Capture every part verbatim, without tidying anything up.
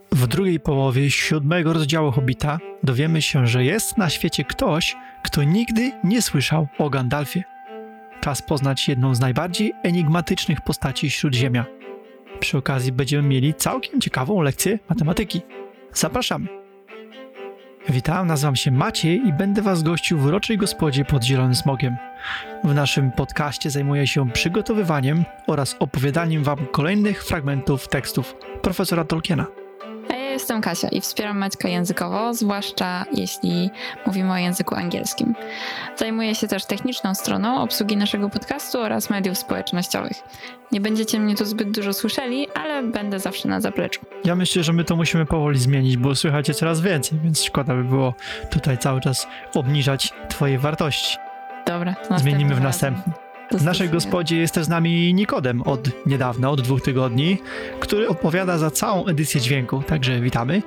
W drugiej połowie siódmego rozdziału Hobbita dowiemy się, że jest na świecie ktoś, kto nigdy nie słyszał o Gandalfie. Czas poznać jedną z najbardziej enigmatycznych postaci Śródziemia. Przy okazji będziemy mieli całkiem ciekawą lekcję matematyki. Zapraszamy! Witam, nazywam się Maciej i będę was gościł w uroczej gospodzie pod Zielonym Smogiem. W naszym podcaście zajmuję się przygotowywaniem oraz opowiadaniem wam kolejnych fragmentów tekstów profesora Tolkiena. A ja jestem Kasia i wspieram Maćka językowo, zwłaszcza jeśli mówimy o języku angielskim. Zajmuję się też techniczną stroną obsługi naszego podcastu oraz mediów społecznościowych. Nie będziecie mnie tu zbyt dużo słyszeli, ale będę zawsze na zapleczu. Ja myślę, że my to musimy powoli zmienić, bo słychać coraz więcej, więc szkoda by było tutaj cały czas obniżać twoje wartości. Dobra. Zmienimy w następnym. W naszej gospodzie jest też z nami Nikodem od niedawna, od dwóch tygodni, który odpowiada za całą edycję dźwięku, także witamy.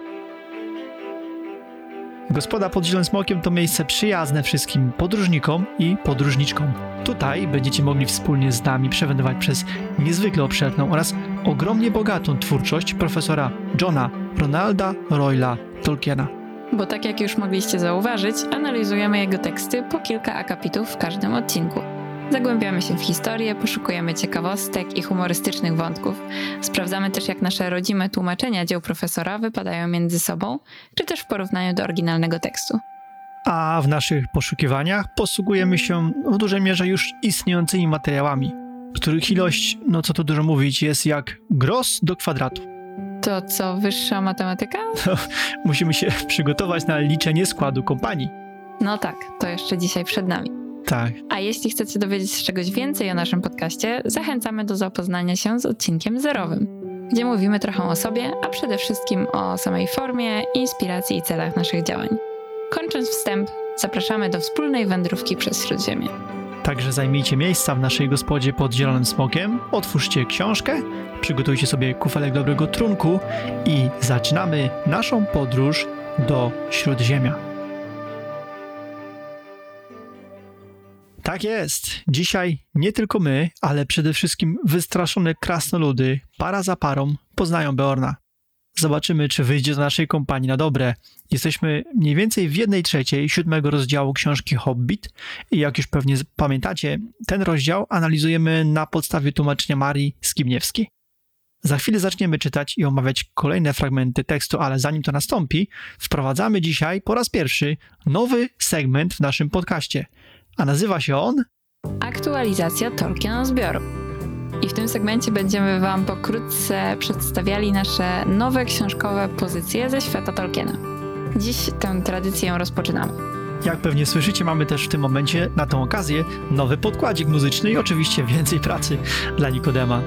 Gospoda pod Zielonym Smokiem to miejsce przyjazne wszystkim podróżnikom i podróżniczkom. Tutaj będziecie mogli wspólnie z nami przewędrować przez niezwykle obszerną oraz ogromnie bogatą twórczość profesora Johna Ronalda Royla Tolkiena. Bo tak jak już mogliście zauważyć, analizujemy jego teksty po kilka akapitów w każdym odcinku. Zagłębiamy się w historię, poszukujemy ciekawostek i humorystycznych wątków. Sprawdzamy też, jak nasze rodzime tłumaczenia dzieł profesora wypadają między sobą, czy też w porównaniu do oryginalnego tekstu. A w naszych poszukiwaniach posługujemy się w dużej mierze już istniejącymi materiałami, których ilość, no co tu dużo mówić, jest jak gros do kwadratu. To co, wyższa matematyka? No, musimy się przygotować na liczenie składu kompanii. No tak, to jeszcze dzisiaj przed nami. Tak. A jeśli chcecie dowiedzieć się czegoś więcej o naszym podcaście, zachęcamy do zapoznania się z odcinkiem zerowym, gdzie mówimy trochę o sobie, a przede wszystkim o samej formie, inspiracji i celach naszych działań. Kończąc wstęp, zapraszamy do wspólnej wędrówki przez Śródziemie. Także zajmijcie miejsca w naszej gospodzie pod Zielonym Smokiem, otwórzcie książkę, przygotujcie sobie kufelek dobrego trunku i zaczynamy naszą podróż do Śródziemia. Tak jest. Dzisiaj nie tylko my, ale przede wszystkim wystraszone krasnoludy, para za parą, poznają Beorna. Zobaczymy, czy wyjdzie do naszej kompanii na dobre. Jesteśmy mniej więcej w jednej trzeciej siódmego rozdziału książki Hobbit i jak już pewnie pamiętacie, ten rozdział analizujemy na podstawie tłumaczenia Marii Skibniewskiej. Za chwilę zaczniemy czytać i omawiać kolejne fragmenty tekstu, ale zanim to nastąpi, wprowadzamy dzisiaj po raz pierwszy nowy segment w naszym podcaście, a nazywa się on Aktualizacja Tolkiena zbioru. I w tym segmencie będziemy wam pokrótce przedstawiali nasze nowe książkowe pozycje ze świata Tolkiena. Dziś tę tradycję rozpoczynamy. Jak pewnie słyszycie, mamy też w tym momencie na tę okazję nowy podkładzik muzyczny i oczywiście więcej pracy dla Nikodema.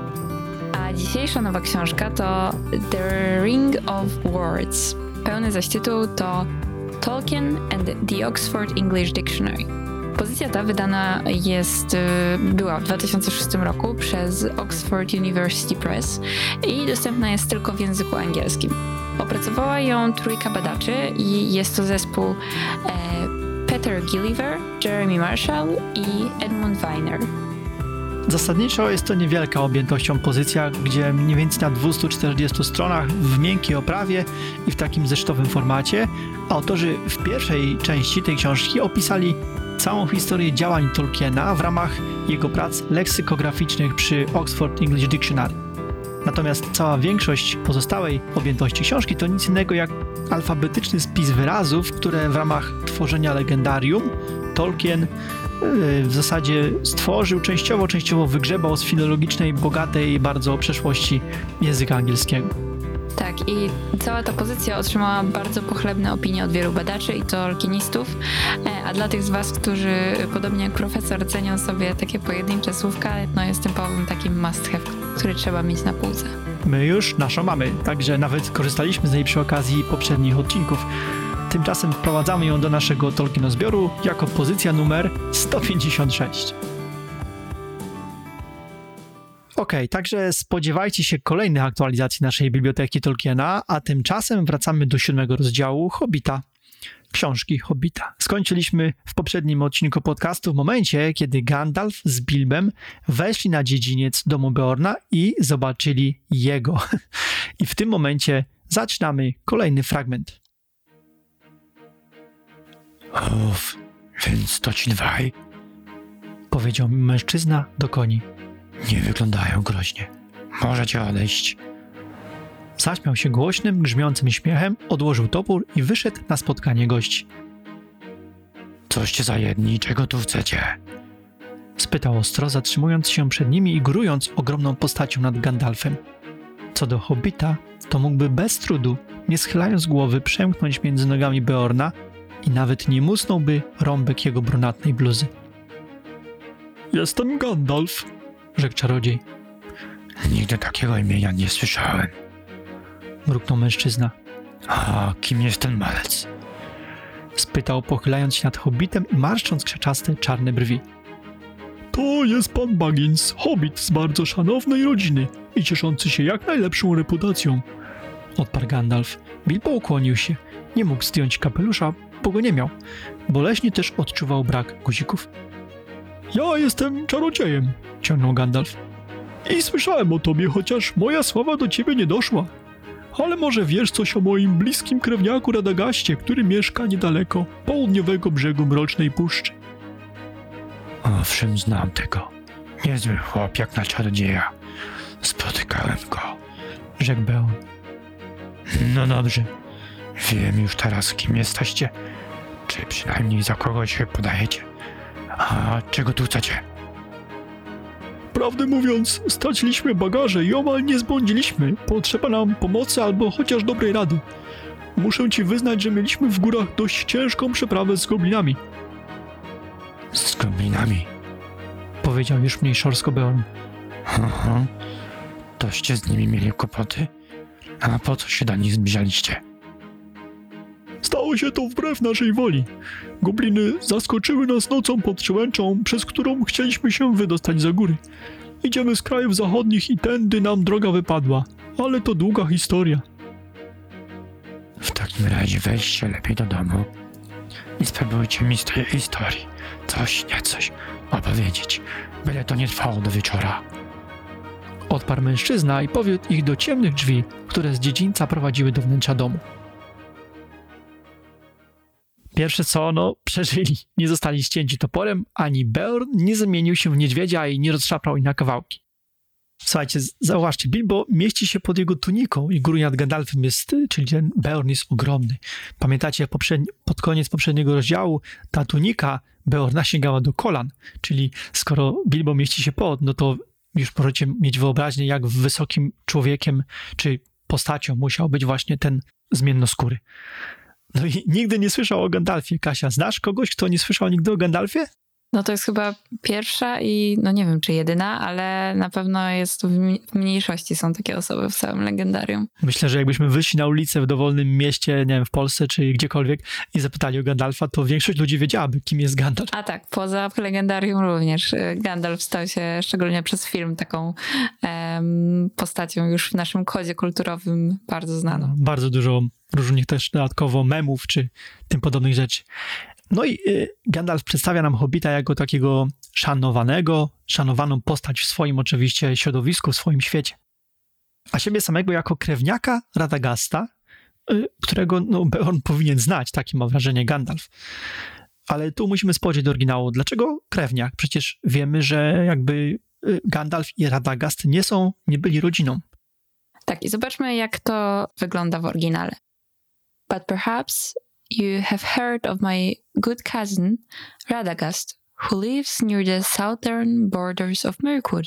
A dzisiejsza nowa książka to The Ring of Words. Pełny zaś tytuł to Tolkien and the Oxford English Dictionary. Pozycja ta wydana jest, była w dwa tysiące szóstym roku przez Oxford University Press i dostępna jest tylko w języku angielskim. Opracowała ją trójka badaczy i jest to zespół e, Peter Gilliver, Jeremy Marshall i Edmund Weiner. Zasadniczo jest to niewielka objętością pozycja, gdzie mniej więcej na dwieście czterdzieści stronach w miękkiej oprawie i w takim zeszytowym formacie autorzy w pierwszej części tej książki opisali całą historię działań Tolkiena w ramach jego prac leksykograficznych przy Oxford English Dictionary. Natomiast cała większość pozostałej objętości książki to nic innego jak alfabetyczny spis wyrazów, które w ramach tworzenia legendarium Tolkien w zasadzie stworzył, częściowo, częściowo wygrzebał z filologicznej, bogatej bardzo przeszłości języka angielskiego. Tak, i cała ta pozycja otrzymała bardzo pochlebne opinie od wielu badaczy i tolkienistów, a dla tych z was, którzy podobnie jak profesor cenią sobie takie pojedyncze słówka, no jest typowym takim must have, który trzeba mieć na półce. My już naszą mamy, także nawet korzystaliśmy z niej przy okazji poprzednich odcinków. Tymczasem wprowadzamy ją do naszego Tolkienozbioru jako pozycja numer sto pięćdziesiąt sześć. Ok, także spodziewajcie się kolejnych aktualizacji naszej biblioteki Tolkiena, a tymczasem wracamy do siódmego rozdziału Hobbita. Książki Hobbita. Skończyliśmy w poprzednim odcinku podcastu w momencie, kiedy Gandalf z Bilbem weszli na dziedziniec domu Beorna i zobaczyli jego. I w tym momencie zaczynamy kolejny fragment. Uff, więc to ci dwaj, powiedział mężczyzna do koni. Nie wyglądają groźnie. Możecie odejść. Zaśmiał się głośnym, grzmiącym śmiechem, odłożył topór i wyszedł na spotkanie gości. Coście za jedni, czego tu chcecie? Spytał ostro, zatrzymując się przed nimi i górując ogromną postacią nad Gandalfem. Co do hobbita, to mógłby bez trudu, nie schylając głowy, przemknąć między nogami Beorna i nawet nie musnąłby rąbek jego brunatnej bluzy. Jestem Gandalf, rzekł czarodziej. Nigdy takiego imienia nie słyszałem, mruknął mężczyzna. A kim jest ten malec? Spytał, pochylając się nad hobbitem i marszcząc krzaczaste, czarne brwi. To jest pan Baggins, hobbit z bardzo szanownej rodziny i cieszący się jak najlepszą reputacją, odparł Gandalf. Bilbo ukłonił się. Nie mógł zdjąć kapelusza, bo go nie miał. Boleśnie też odczuwał brak guzików. Ja jestem czarodziejem, ciągnął Gandalf. I słyszałem o tobie, chociaż moja sława do ciebie nie doszła. Ale może wiesz coś o moim bliskim krewniaku Radagaście, który mieszka niedaleko południowego brzegu Mrocznej Puszczy. Owszem, znam tego. Niezły chłop jak na czarodzieja. Spotykałem go, rzekł Beorn. No dobrze. Wiem już teraz, kim jesteście. Czy przynajmniej za kogo się podajecie. A czego tu chcecie? Prawdę mówiąc, straciliśmy bagaże i omal nie zbłądziliśmy. Potrzeba nam pomocy albo chociaż dobrej rady. Muszę ci wyznać, że mieliśmy w górach dość ciężką przeprawę z goblinami. Z goblinami? Powiedział już mniej szorstko Beorn. Aha, toście z nimi mieli kłopoty? A po co się do nich zbliżaliście? Stało się to wbrew naszej woli. Gobliny zaskoczyły nas nocą pod przełęczą, przez którą chcieliśmy się wydostać za góry. Idziemy z krajów zachodnich i tędy nam droga wypadła, ale to długa historia. W takim razie weźcie lepiej do domu i spróbujcie mi z tej historii coś, niecoś opowiedzieć, byle to nie trwało do wieczora. Odparł mężczyzna i powiódł ich do ciemnych drzwi, które z dziedzińca prowadziły do wnętrza domu. Pierwsze co, no, przeżyli. Nie zostali ścięci toporem, ani Beorn nie zamienił się w niedźwiedzia i nie rozszaprał ich na kawałki. Słuchajcie, zauważcie, Bilbo mieści się pod jego tuniką i góruje nad Gandalfem jest, czyli ten Beorn jest ogromny. Pamiętacie, jak poprzedni, pod koniec poprzedniego rozdziału ta tunika Beorna sięgała do kolan, czyli skoro Bilbo mieści się pod, no to już możecie mieć wyobraźnię, jak wysokim człowiekiem czy postacią musiał być właśnie ten zmiennoskóry. No i nigdy nie słyszał o Gandalfie. Kasia, znasz kogoś, kto nie słyszał nigdy o Gandalfie? No to jest chyba pierwsza i no nie wiem, czy jedyna, ale na pewno jest w, mi- w mniejszości są takie osoby w całym legendarium. Myślę, że jakbyśmy wyszli na ulicę w dowolnym mieście, nie wiem, w Polsce czy gdziekolwiek i zapytali o Gandalfa, to większość ludzi wiedziałaby, kim jest Gandalf. A tak, poza legendarium również. Gandalf stał się szczególnie przez film taką em, postacią już w naszym kodzie kulturowym bardzo znaną. No, bardzo dużo różnych też dodatkowo memów czy tym podobnych rzeczy. No i y, Gandalf przedstawia nam Hobbita jako takiego szanowanego, szanowaną postać w swoim oczywiście środowisku, w swoim świecie. A siebie samego jako krewniaka Radagasta, y, którego no, Beorn powinien znać, takie ma wrażenie Gandalf. Ale tu musimy spojrzeć do oryginału. Dlaczego krewniak? Przecież wiemy, że jakby y, Gandalf i Radagast nie są, nie byli rodziną. Tak, i zobaczmy, jak to wygląda w oryginale. But perhaps you have heard of my good cousin, Radagast, who lives near the southern borders of Mirkwood.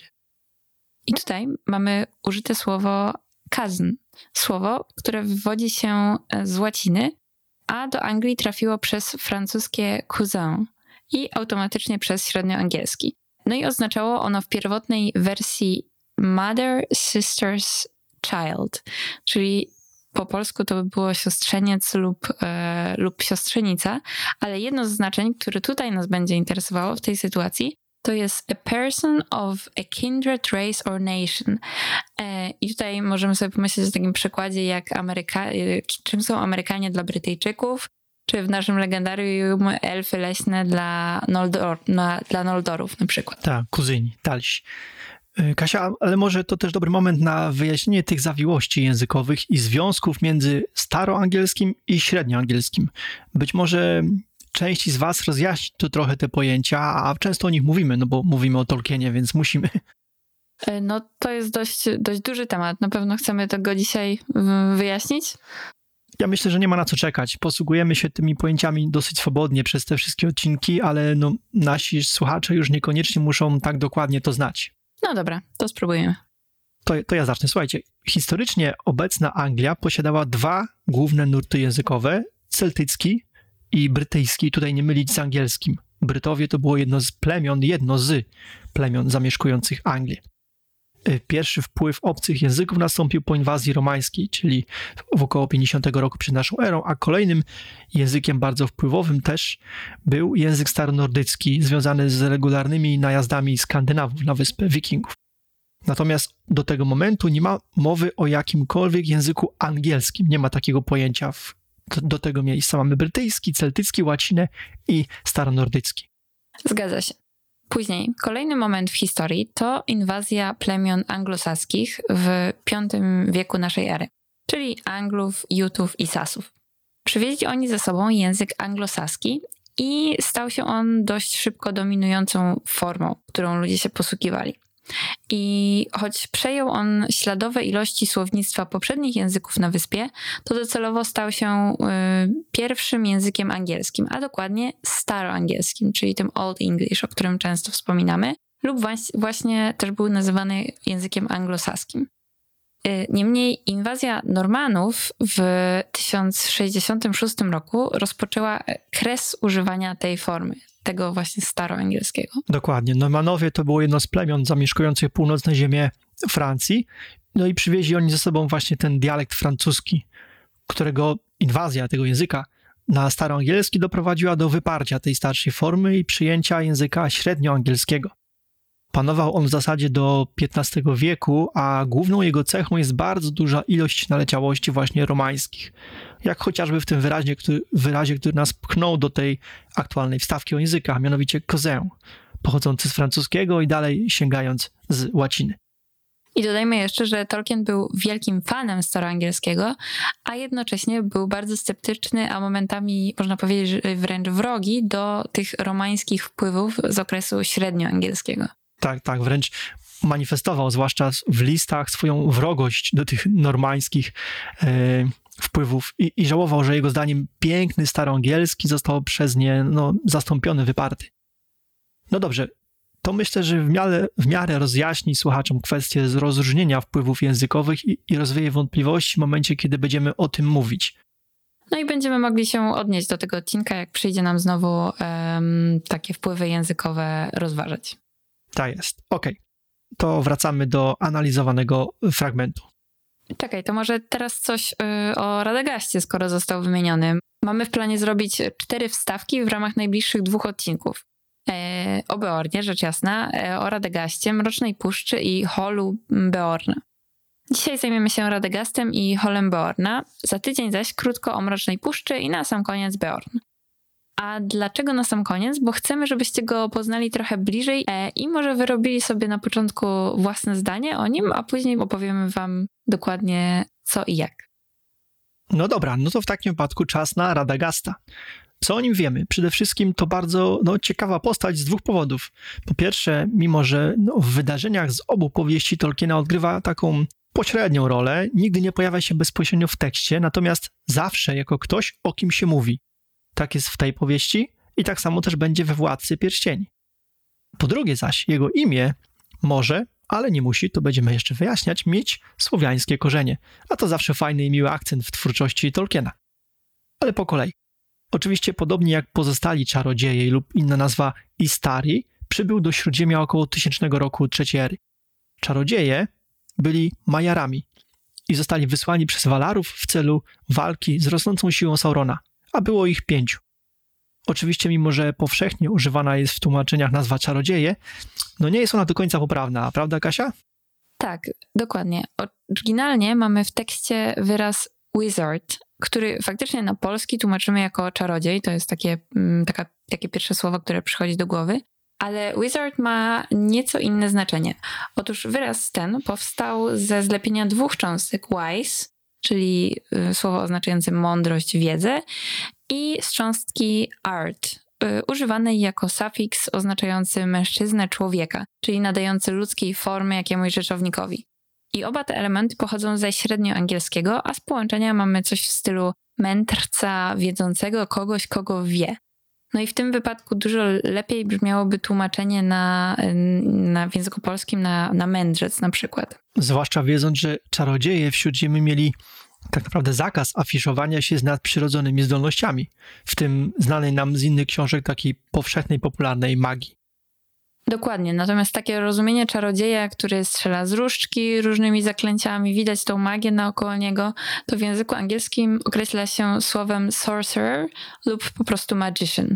I tutaj mamy użyte słowo cousin, słowo, które wywodzi się z łaciny, a do Anglii trafiło przez francuskie cousin i automatycznie przez średnioangielski. No i oznaczało ono w pierwotnej wersji mother, sisters, child, czyli po polsku to by było siostrzeniec lub, e, lub siostrzenica, ale jedno z znaczeń, które tutaj nas będzie interesowało w tej sytuacji, to jest a person of a kindred race or nation. E, I tutaj możemy sobie pomyśleć o takim przykładzie, jak Ameryka, e, czym są Amerykanie dla Brytyjczyków, czy w naszym legendarium elfy leśne dla, Noldor, na, dla Noldorów na przykład. Tak, kuzyni, dalsi. Kasia, ale może to też dobry moment na wyjaśnienie tych zawiłości językowych i związków między staroangielskim i średnioangielskim. Być może części z was rozjaśni to trochę te pojęcia, a często o nich mówimy, no bo mówimy o Tolkienie, więc musimy. No to jest dość, dość duży temat. Na pewno chcemy tego dzisiaj wyjaśnić. Ja myślę, że nie ma na co czekać. Posługujemy się tymi pojęciami dosyć swobodnie przez te wszystkie odcinki, ale no, nasi słuchacze już niekoniecznie muszą tak dokładnie to znać. No dobra, to spróbujemy. To, to ja zacznę. Słuchajcie, historycznie obecna Anglia posiadała dwa główne nurty językowe, celtycki i brytyjski, tutaj nie mylić z angielskim. Brytowie to było jedno z plemion, jedno z plemion zamieszkujących Anglię. Pierwszy wpływ obcych języków nastąpił po inwazji romańskiej, czyli w około pięćdziesiątego roku przed naszą erą, a kolejnym językiem bardzo wpływowym też był język staronordycki, związany z regularnymi najazdami Skandynawów na wyspę Wikingów. Natomiast do tego momentu nie ma mowy o jakimkolwiek języku angielskim, nie ma takiego pojęcia. W, do, do tego miejsca mamy brytyjski, celtycki, łacinę i staronordycki. Zgadza się. Później, kolejny moment w historii to inwazja plemion anglosaskich w piątym wieku naszej ery, czyli Anglów, Jutów i Sasów. Przywieźli oni ze sobą język anglosaski i stał się on dość szybko dominującą formą, którą ludzie się posługiwali. I choć przejął on śladowe ilości słownictwa poprzednich języków na wyspie, to docelowo stał się y, pierwszym językiem angielskim, a dokładnie staroangielskim, czyli tym Old English, o którym często wspominamy, lub waś, właśnie też był nazywany językiem anglosaskim. Y, niemniej inwazja Normanów w tysiąc sześćdziesiątym szóstym roku rozpoczęła kres używania tej formy, tego właśnie staroangielskiego. Dokładnie. Normanowie to było jedno z plemion zamieszkujących północne ziemie Francji, no i przywieźli oni ze sobą właśnie ten dialekt francuski, którego inwazja tego języka na staroangielski doprowadziła do wyparcia tej starszej formy i przyjęcia języka średnioangielskiego. Panował on w zasadzie do piętnastego wieku, a główną jego cechą jest bardzo duża ilość naleciałości właśnie romańskich. Jak chociażby w tym wyrazie, który, wyrazie, który nas pchnął do tej aktualnej wstawki o językach, mianowicie cousin, pochodzący z francuskiego i dalej sięgając z łaciny. I dodajmy jeszcze, że Tolkien był wielkim fanem staroangielskiego, a jednocześnie był bardzo sceptyczny, a momentami można powiedzieć że wręcz wrogi do tych romańskich wpływów z okresu średnioangielskiego. Tak, tak, wręcz manifestował, zwłaszcza w listach, swoją wrogość do tych normańskich e, wpływów i, i żałował, że jego zdaniem piękny staroangielski został przez nie no, zastąpiony, wyparty. No dobrze, to myślę, że w miarę, w miarę rozjaśni słuchaczom kwestię rozróżnienia wpływów językowych i, i rozwieje wątpliwości w momencie, kiedy będziemy o tym mówić. No i będziemy mogli się odnieść do tego odcinka, jak przyjdzie nam znowu um, takie wpływy językowe rozważać. Tak jest. Okej. Okay. To wracamy do analizowanego fragmentu. Czekaj, to może teraz coś y, o Radagaście, skoro został wymieniony. Mamy w planie zrobić cztery wstawki w ramach najbliższych dwóch odcinków. E, o Beornie, rzecz jasna, e, o Radagaście, Mrocznej Puszczy i Holu Beorna. Dzisiaj zajmiemy się Radagastem i Holem Beorna, za tydzień zaś krótko o Mrocznej Puszczy i na sam koniec Beorn. A dlaczego na sam koniec? Bo chcemy, żebyście go poznali trochę bliżej e, i może wyrobili sobie na początku własne zdanie o nim, a później opowiemy wam dokładnie co i jak. No dobra, no to w takim wypadku czas na Radagasta. Co o nim wiemy? Przede wszystkim to bardzo no, ciekawa postać z dwóch powodów. Po pierwsze, mimo że no, w wydarzeniach z obu powieści Tolkiena odgrywa taką pośrednią rolę, nigdy nie pojawia się bezpośrednio w tekście, natomiast zawsze jako ktoś, o kim się mówi. Tak jest w tej powieści i tak samo też będzie we Władcy Pierścieni. Po drugie zaś, jego imię może, ale nie musi, to będziemy jeszcze wyjaśniać, mieć słowiańskie korzenie, a to zawsze fajny i miły akcent w twórczości Tolkiena. Ale po kolei. Oczywiście podobnie jak pozostali czarodzieje lub inna nazwa Istari, przybył do Śródziemia około tysięcznego roku trzeciej ery. Czarodzieje byli Majarami i zostali wysłani przez Valarów w celu walki z rosnącą siłą Saurona, a było ich pięciu. Oczywiście, mimo że powszechnie używana jest w tłumaczeniach nazwa czarodzieje, no nie jest ona do końca poprawna, prawda Kasia? Tak, dokładnie. Oryginalnie mamy w tekście wyraz wizard, który faktycznie na polski tłumaczymy jako czarodziej, to jest takie, taka, takie pierwsze słowo, które przychodzi do głowy, Ale wizard ma nieco inne znaczenie. Otóż wyraz ten powstał ze zlepienia dwóch cząstek wise, czyli y, słowo oznaczające mądrość, wiedzę, i z cząstki art, y, używanej jako sufiks oznaczający mężczyznę, człowieka, czyli nadający ludzkiej formy jakiemuś rzeczownikowi. I oba te elementy pochodzą ze średnioangielskiego, a z połączenia mamy coś w stylu mędrca, wiedzącego, kogoś, kogo wie. No i w tym wypadku dużo lepiej brzmiałoby tłumaczenie na, na w języku polskim na, na mędrzec na przykład. Zwłaszcza wiedząc, że czarodzieje w Śródziemiu mieli tak naprawdę zakaz afiszowania się z nadprzyrodzonymi zdolnościami, w tym znanej nam z innych książek takiej powszechnej, popularnej magii. Dokładnie, natomiast takie rozumienie czarodzieja, który strzela z różdżki różnymi zaklęciami, widać tą magię naokoło niego, to w języku angielskim określa się słowem sorcerer lub po prostu magician.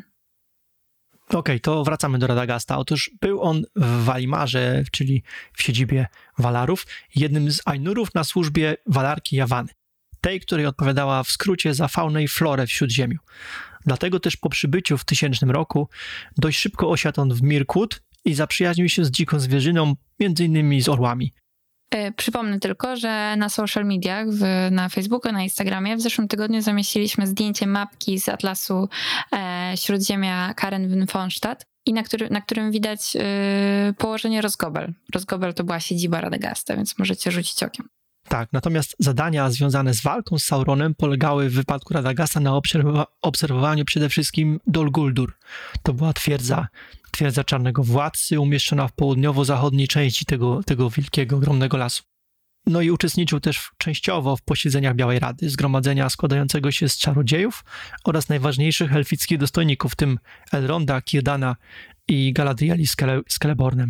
Okej, okay, to wracamy do Radagasta. Otóż był on w Walimarze, czyli w siedzibie Valarów, jednym z Ainurów na służbie Valarki Jawany, tej, której odpowiadała w skrócie za faunę i florę w Śródziemiu. Dlatego też po przybyciu w tysięcznym roku dość szybko osiadł on w Mirkwood i zaprzyjaźnił się z dziką zwierzyną, między innymi z orłami. Yy, przypomnę tylko, że na social mediach, w, na Facebooku, na Instagramie w zeszłym tygodniu zamieściliśmy zdjęcie mapki z atlasu e, Śródziemia Karen von Fonstadt i na, który, na którym widać yy, położenie Rosgobel. Rosgobel to była siedziba Radagasta, więc możecie rzucić okiem. Tak, natomiast zadania związane z walką z Sauronem polegały w wypadku Radagasta na obserwa- obserwowaniu przede wszystkim Dol Guldur. To była twierdza, twierdza Czarnego Władcy umieszczona w południowo-zachodniej części tego, tego wielkiego, ogromnego lasu. No i uczestniczył też w, częściowo w posiedzeniach Białej Rady, zgromadzenia składającego się z czarodziejów oraz najważniejszych elfickich dostojników, w tym Elronda, Kirdana i Galadrieli z, Kele- z Celebornem.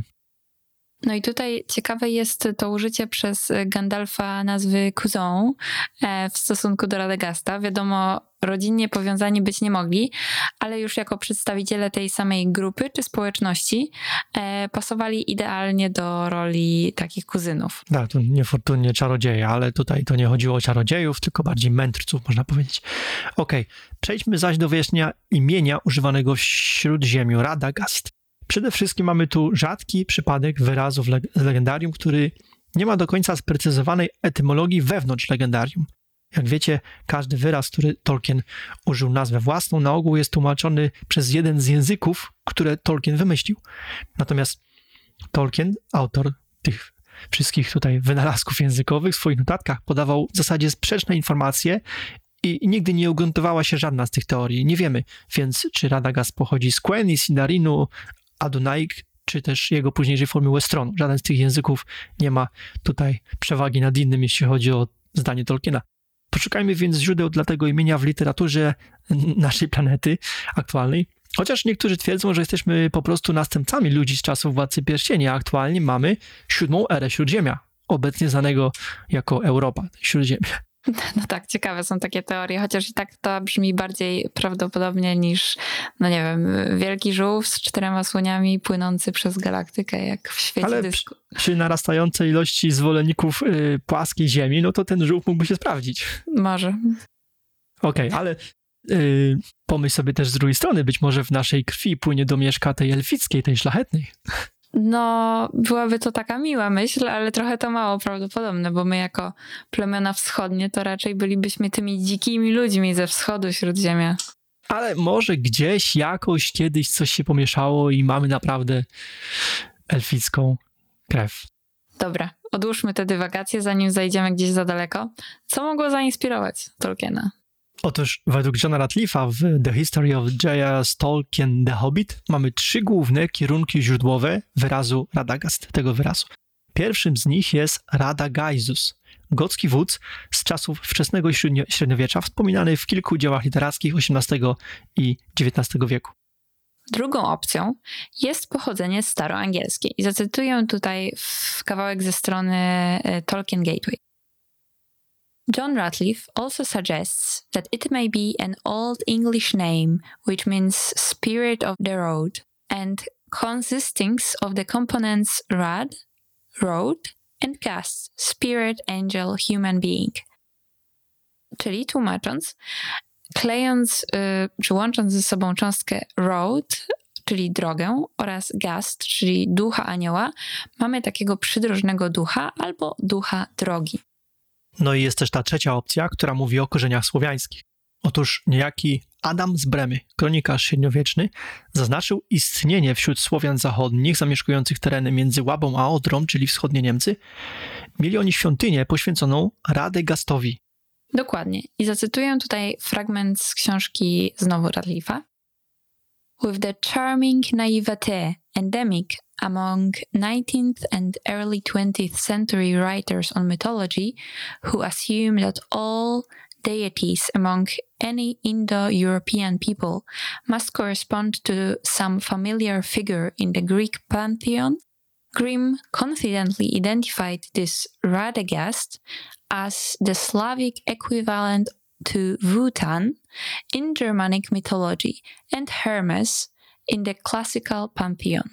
No i tutaj ciekawe jest to użycie przez Gandalfa nazwy cousin w stosunku do Radagasta. Wiadomo, rodzinnie powiązani być nie mogli, ale już jako przedstawiciele tej samej grupy czy społeczności pasowali idealnie do roli takich kuzynów. Tak, to niefortunnie czarodzieje, ale tutaj to nie chodziło o czarodziejów, tylko bardziej mędrców, można powiedzieć. Okej, okay. Przejdźmy zaś do wyjaśnienia imienia używanego w Śródziemiu, Radagast. Przede wszystkim mamy tu rzadki przypadek wyrazu z leg- legendarium, który nie ma do końca sprecyzowanej etymologii wewnątrz legendarium. Jak wiecie, każdy wyraz, który Tolkien użył nazwę własną, na ogół jest tłumaczony przez jeden z języków, które Tolkien wymyślił. Natomiast Tolkien, autor tych wszystkich tutaj wynalazków językowych, w swoich notatkach podawał w zasadzie sprzeczne informacje i nigdy nie ugruntowała się żadna z tych teorii. Nie wiemy więc, czy Radagast pochodzi z Quenya, Sindarinu, Adunaik, czy też jego późniejszej formy Westronu. Żaden z tych języków nie ma tutaj przewagi nad innym, jeśli chodzi o zdanie Tolkiena. Poszukajmy więc źródeł dla tego imienia w literaturze naszej planety aktualnej. Chociaż niektórzy twierdzą, że jesteśmy po prostu następcami ludzi z czasów Władcy Pierścieni, a aktualnie mamy siódmą erę Śródziemia, obecnie znanego jako Europa, Śródziemie. No tak, ciekawe są takie teorie, chociaż i tak to brzmi bardziej prawdopodobnie niż, no nie wiem, wielki żółw z czterema słoniami płynący przez galaktykę, jak w świecie Ale dysku. Przy, przy narastającej ilości zwolenników y, płaskiej Ziemi, no to ten żółw mógłby się sprawdzić. Może. Okej, okay, ale y, pomyśl sobie też z drugiej strony, być może w naszej krwi płynie domieszka tej elfickiej, tej szlachetnej. No, byłaby to taka miła myśl, ale trochę to mało prawdopodobne, bo my jako plemiona wschodnie to raczej bylibyśmy tymi dzikimi ludźmi ze wschodu Śródziemia. Ale może gdzieś jakoś kiedyś coś się pomieszało i mamy naprawdę elficką krew. Dobra, odłóżmy te dywagacje, zanim zajdziemy gdzieś za daleko. Co mogło zainspirować Tolkiena? Otóż według Johna Ratcliffe'a w The History of J R S. Tolkien The Hobbit mamy trzy główne kierunki źródłowe wyrazu Radagast, tego wyrazu. Pierwszym z nich jest Radagaisus, gocki wódz z czasów wczesnego średniowiecza, wspominany w kilku dziełach literackich osiemnastego i dziewiętnastego wieku. Drugą opcją jest pochodzenie staroangielskie i zacytuję tutaj w kawałek ze strony Tolkien Gateway. John Ratcliffe also suggests that it may be an Old English name which means spirit of the road and consisting of the components rad, road and gast, spirit, angel, human being. Czyli tłumacząc, klejąc y, czy łącząc ze sobą cząstkę road, czyli drogę, oraz gast, czyli ducha anioła, mamy takiego przydrożnego ducha albo ducha drogi. No i jest też ta trzecia opcja, która mówi o korzeniach słowiańskich. Otóż niejaki Adam z Bremy, kronikarz średniowieczny, zaznaczył istnienie wśród Słowian zachodnich zamieszkujących tereny między Łabą a Odrą, czyli wschodnie Niemcy. Mieli oni świątynię poświęconą Radegastowi. Dokładnie. I zacytuję tutaj fragment z książki znowu Radcliffe'a. With the charming naivete endemic among nineteenth and early twentieth century writers on mythology, who assume that all deities among any Indo-European people must correspond to some familiar figure in the Greek pantheon, Grimm confidently identified this Radagast as the Slavic equivalent to Wotan in Germanic mythology and Hermes in the classical pantheon.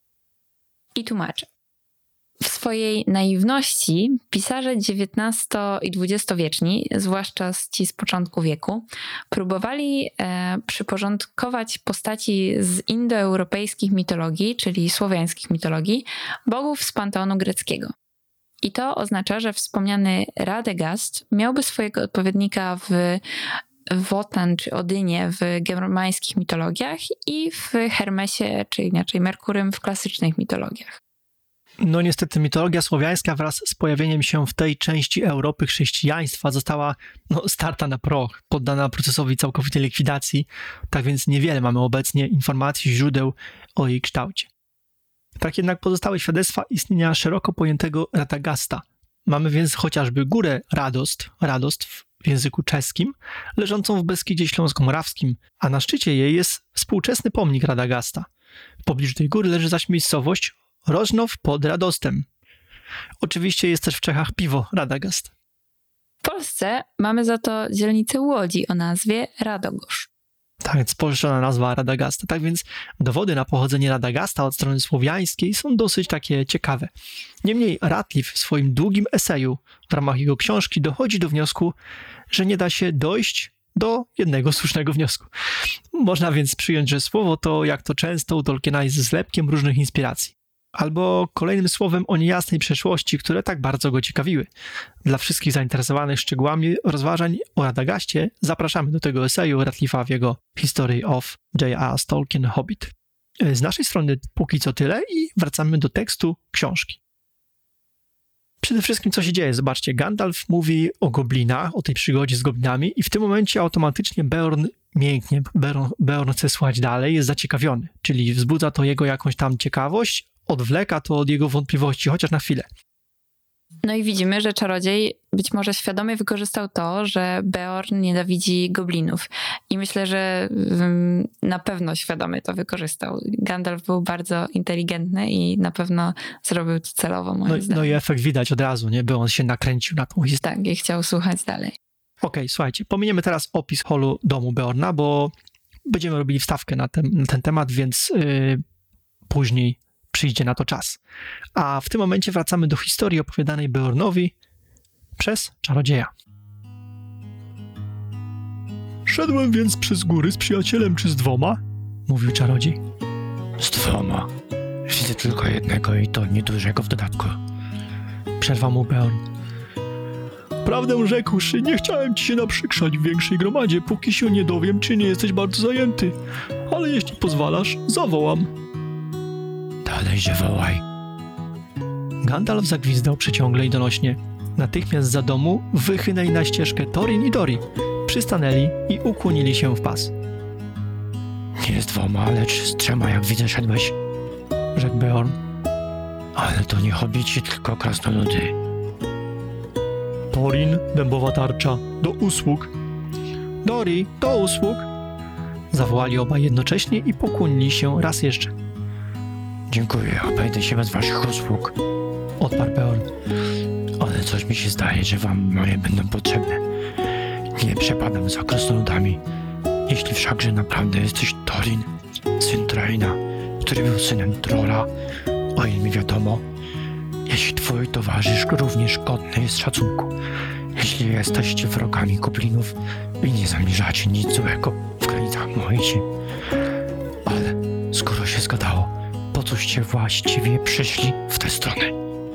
I tłumaczę. W swojej naiwności pisarze dziewiętnasto- i dwudziestowieczni, zwłaszcza ci z początku wieku, próbowali e, przyporządkować postaci z indoeuropejskich mitologii, czyli słowiańskich mitologii, bogów z panteonu greckiego. I to oznacza, że wspomniany Radegast miałby swojego odpowiednika w Wotan czy Odynie w germańskich mitologiach i w Hermesie, czy inaczej Merkurym w klasycznych mitologiach. No niestety mitologia słowiańska wraz z pojawieniem się w tej części Europy chrześcijaństwa została no, starta na proch, poddana procesowi całkowitej likwidacji, tak więc niewiele mamy obecnie informacji, źródeł o jej kształcie. Tak jednak pozostały świadectwa istnienia szeroko pojętego Radagasta. Mamy więc chociażby górę Radost, Radost w języku czeskim, leżącą w Beskidzie Śląsko-Morawskim, a na szczycie jej jest współczesny pomnik Radagasta. W pobliżu tej góry leży zaś miejscowość Rożnow pod Radostem. Oczywiście jest też w Czechach piwo Radagast. W Polsce mamy za to dzielnicę Łodzi o nazwie Radogosz. Tak więc spolszczona nazwa Radagasta. Tak więc dowody na pochodzenie Radagasta od strony słowiańskiej są dosyć takie ciekawe. Niemniej Radcliffe w swoim długim eseju w ramach jego książki dochodzi do wniosku, że nie da się dojść do jednego słusznego wniosku. Można więc przyjąć, że słowo to, jak to często u Tolkiena, jest zlepkiem różnych inspiracji. Albo kolejnym słowem o niejasnej przeszłości, które tak bardzo go ciekawiły. Dla wszystkich zainteresowanych szczegółami rozważań o Radagaście zapraszamy do tego eseju Radcliffe'a w jego History of J R R Tolkien Hobbit. Z naszej strony póki co tyle i wracamy do tekstu książki. Przede wszystkim co się dzieje? Zobaczcie, Gandalf mówi o goblinach, o tej przygodzie z goblinami i w tym momencie automatycznie Beorn mięknie, Beorn, Beorn chce słuchać dalej, jest zaciekawiony, czyli wzbudza to jego jakąś tam ciekawość, odwleka to od jego wątpliwości, chociaż na chwilę. No i widzimy, że czarodziej być może świadomie wykorzystał to, że Beorn nienawidzi goblinów. I myślę, że um, na pewno świadomie to wykorzystał. Gandalf był bardzo inteligentny i na pewno zrobił to celowo, moim No, zdaniem. no i efekt widać od razu, nie? By on się nakręcił na tą historię. Tak, i chciał słuchać dalej. Okej, okay, słuchajcie, pominiemy teraz opis holu domu Beorna, bo będziemy robili wstawkę na ten, na ten temat, więc yy, później przyjdzie na to czas. A w tym momencie wracamy do historii opowiadanej Beornowi przez czarodzieja. Szedłem więc przez góry z przyjacielem czy z dwoma? Mówił czarodziej. Z dwoma. Widzę tylko jednego i to niedużego w dodatku. Przerwał mu Beorn. Prawdę rzekłszy, nie chciałem ci się naprzykrzać w większej gromadzie, póki się nie dowiem, czy nie jesteś bardzo zajęty. Ale jeśli pozwalasz, zawołam. Dalej się wołaj. Gandalf zagwizdał przeciągle i donośnie. Natychmiast za domu wychynęli na ścieżkę Thorin i Dori. Przystanęli i ukłonili się w pas. Nie z dwoma, lecz z trzema, jak widzę, szedłeś. Rzekł Beorn. Ale to nie hobbici, tylko krasnoludy. Thorin, dębowa tarcza, do usług. Dori, do usług. Zawołali obaj jednocześnie i pokłonili się raz jeszcze. Dziękuję, obejdę się bez waszych usług. Odparł Beorn. Ale coś mi się zdaje, że wam moje będą potrzebne. Nie przepadam za krasnoludami. Jeśli wszakże naprawdę jesteś Thorin, syn Traina, który był synem Trolla, o ile mi wiadomo, jeśli twój towarzysz również godny jest szacunku, jeśli jesteście wrogami goblinów i nie zamierzacie nic złego w granicach mojej ziemi. Ale skoro się zgadało. Po coście właściwie przyszli w tę stronę?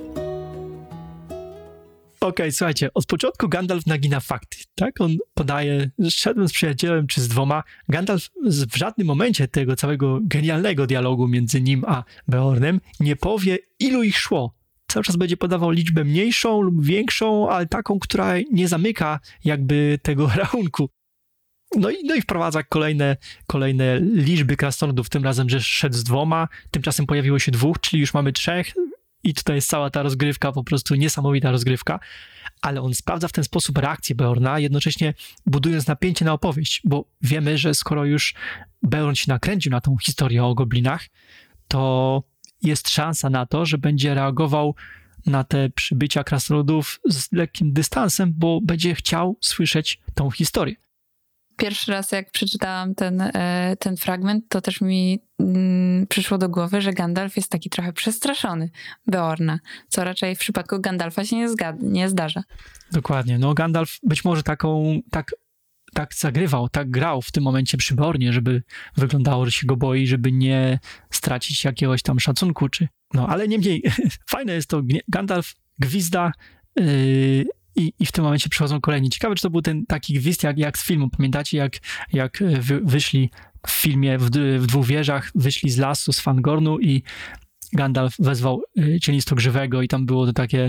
Okej, słuchajcie, od początku Gandalf nagina fakty, tak? On podaje, że szedłem z przyjacielem czy z dwoma. Gandalf z- w żadnym momencie tego całego genialnego dialogu między nim a Beornem nie powie, ilu ich szło. Cały czas będzie podawał liczbę mniejszą lub większą, ale taką, która nie zamyka jakby tego rachunku. No i, no i wprowadza kolejne, kolejne liczby krasnoludów, tym razem, że szedł z dwoma, tymczasem pojawiło się dwóch, czyli już mamy trzech i tutaj jest cała ta rozgrywka, po prostu niesamowita rozgrywka, ale on sprawdza w ten sposób reakcję Beorna, jednocześnie budując napięcie na opowieść, bo wiemy, że skoro już Beorn się nakręcił na tą historię o goblinach, to jest szansa na to, że będzie reagował na te przybycia krasnoludów z lekkim dystansem, bo będzie chciał słyszeć tą historię. Pierwszy raz, jak przeczytałam ten, e, ten fragment, to też mi mm, przyszło do głowy, że Gandalf jest taki trochę przestraszony Beorna, co raczej w przypadku Gandalfa się nie, zgad- nie zdarza. Dokładnie. No Gandalf być może taką, tak, tak zagrywał, tak grał w tym momencie przy Beornie, żeby wyglądało, że się go boi, żeby nie stracić jakiegoś tam szacunku, czy... No, ale niemniej, fajne jest to, gnie- Gandalf gwizda yy, i, i w tym momencie przychodzą kolejni. Ciekawe, czy to był ten taki gwizd jak, jak z filmu. Pamiętacie, jak, jak wy, wyszli w filmie w, d- w dwóch wieżach, wyszli z lasu, z Fangornu i Gandalf wezwał yy, cienistogrzywego i tam było to takie...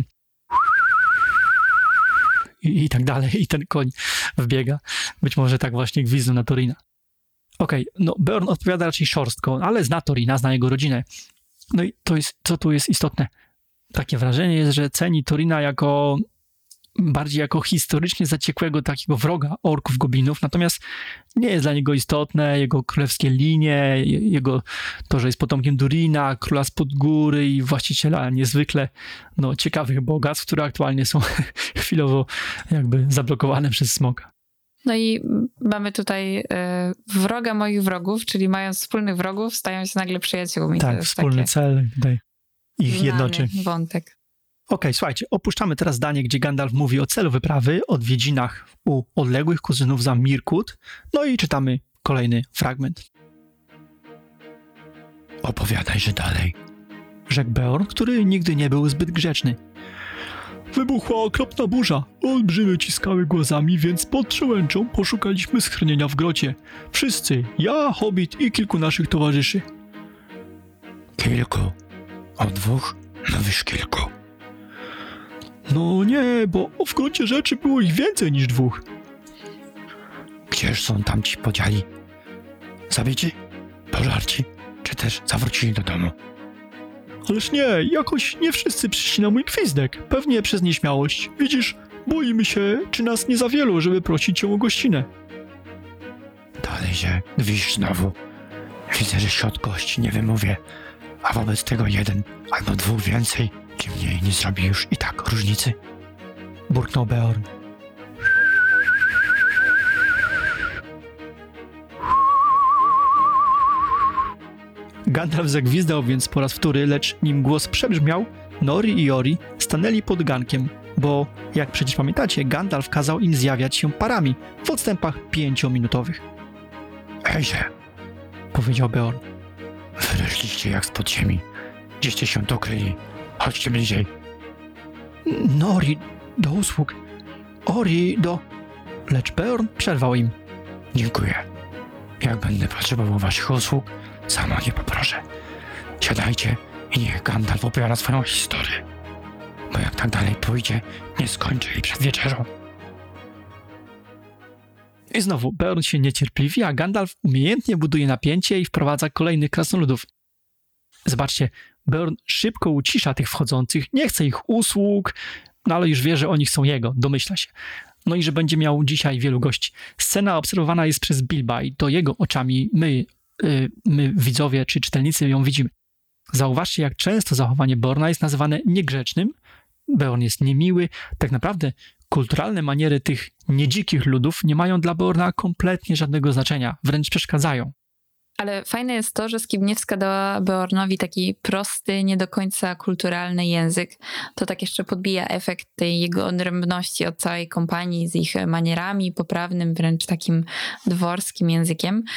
I, i tak dalej, i ten koń wbiega. Być może tak właśnie gwizdną na Torina. Okej, no Beorn odpowiada raczej szorstko, ale zna Torina, zna jego rodzinę. No i to jest, co tu jest istotne? Takie wrażenie jest, że ceni Torina jako bardziej jako historycznie zaciekłego takiego wroga orków, goblinów, natomiast nie jest dla niego istotne jego królewskie linie, je- jego to, że jest potomkiem Durina, króla spod góry i właściciela niezwykle no, ciekawych bogactw, które aktualnie są chwilowo jakby zablokowane przez smoka. No i mamy tutaj e, wroga moich wrogów, czyli mając wspólnych wrogów, stają się nagle przyjaciółmi. To Tak, jest wspólny taki cel tutaj ich znany jednoczy. wątek. Okej, słuchajcie, opuszczamy teraz zdanie, gdzie Gandalf mówi o celu wyprawy, odwiedzinach u odległych kuzynów za Mirkut, no i czytamy kolejny fragment. Opowiadajże dalej. Rzekł Beorn, który nigdy nie był zbyt grzeczny. Wybuchła okropna burza. Olbrzymy ciskały głazami, więc pod przełęczą poszukaliśmy schronienia w grocie. Wszyscy, ja, Hobbit i kilku naszych towarzyszy. Kilku. O dwóch? Mówisz kilku. No nie, bo w gruncie rzeczy było ich więcej niż dwóch. Gdzież są tamci podziali? Zabici? Pożarci? Czy też zawrócili do domu? Ależ nie, jakoś nie wszyscy przyszli na mój gwizdek. Pewnie przez nieśmiałość. Widzisz, boimy się, czy nas nie za wielu, żeby prosić cię o gościnę. Dalej się gwisz znowu. Widzę, że się od gości nie wymówię. A wobec tego jeden albo dwóch więcej, czy mniej nie zrobi już i tak różnicy. Burknął Beorn. Gandalf zagwizdał więc po raz wtóry, lecz nim głos przebrzmiał, Nori i Ori stanęli pod gankiem, bo, jak przecież pamiętacie, Gandalf kazał im zjawiać się parami w odstępach pięciominutowych, Ejże, powiedział Beorn. wyrośliście jak spod ziemi. Gdzieście się tu kryli. Chodźcie bliżej. Nori do usług, Ori do... Lecz Beorn przerwał im. Dziękuję. Jak będę potrzebował waszych usług, sama nie poproszę. Siadajcie i niech Gandalf opowiada swoją historię. Bo jak tak dalej pójdzie, nie skończę jej przed wieczerzą. I znowu Beorn się niecierpliwi, a Gandalf umiejętnie buduje napięcie i wprowadza kolejnych krasnoludów. Zobaczcie, Beorn szybko ucisza tych wchodzących, nie chce ich usług, no ale już wie, że oni są jego, domyśla się. No i że będzie miał dzisiaj wielu gości. Scena obserwowana jest przez Bilba i to jego oczami my, yy, my widzowie czy czytelnicy ją widzimy. Zauważcie, jak często zachowanie Beorna jest nazywane niegrzecznym. Beorn jest niemiły. Tak naprawdę kulturalne maniery tych niedzikich ludów nie mają dla Beorna kompletnie żadnego znaczenia, wręcz przeszkadzają. Ale fajne jest to, że Skibniewska dała Beornowi taki prosty, nie do końca kulturalny język. To tak jeszcze podbija efekt tej jego odrębności od całej kompanii z ich manierami, poprawnym, wręcz takim dworskim językiem.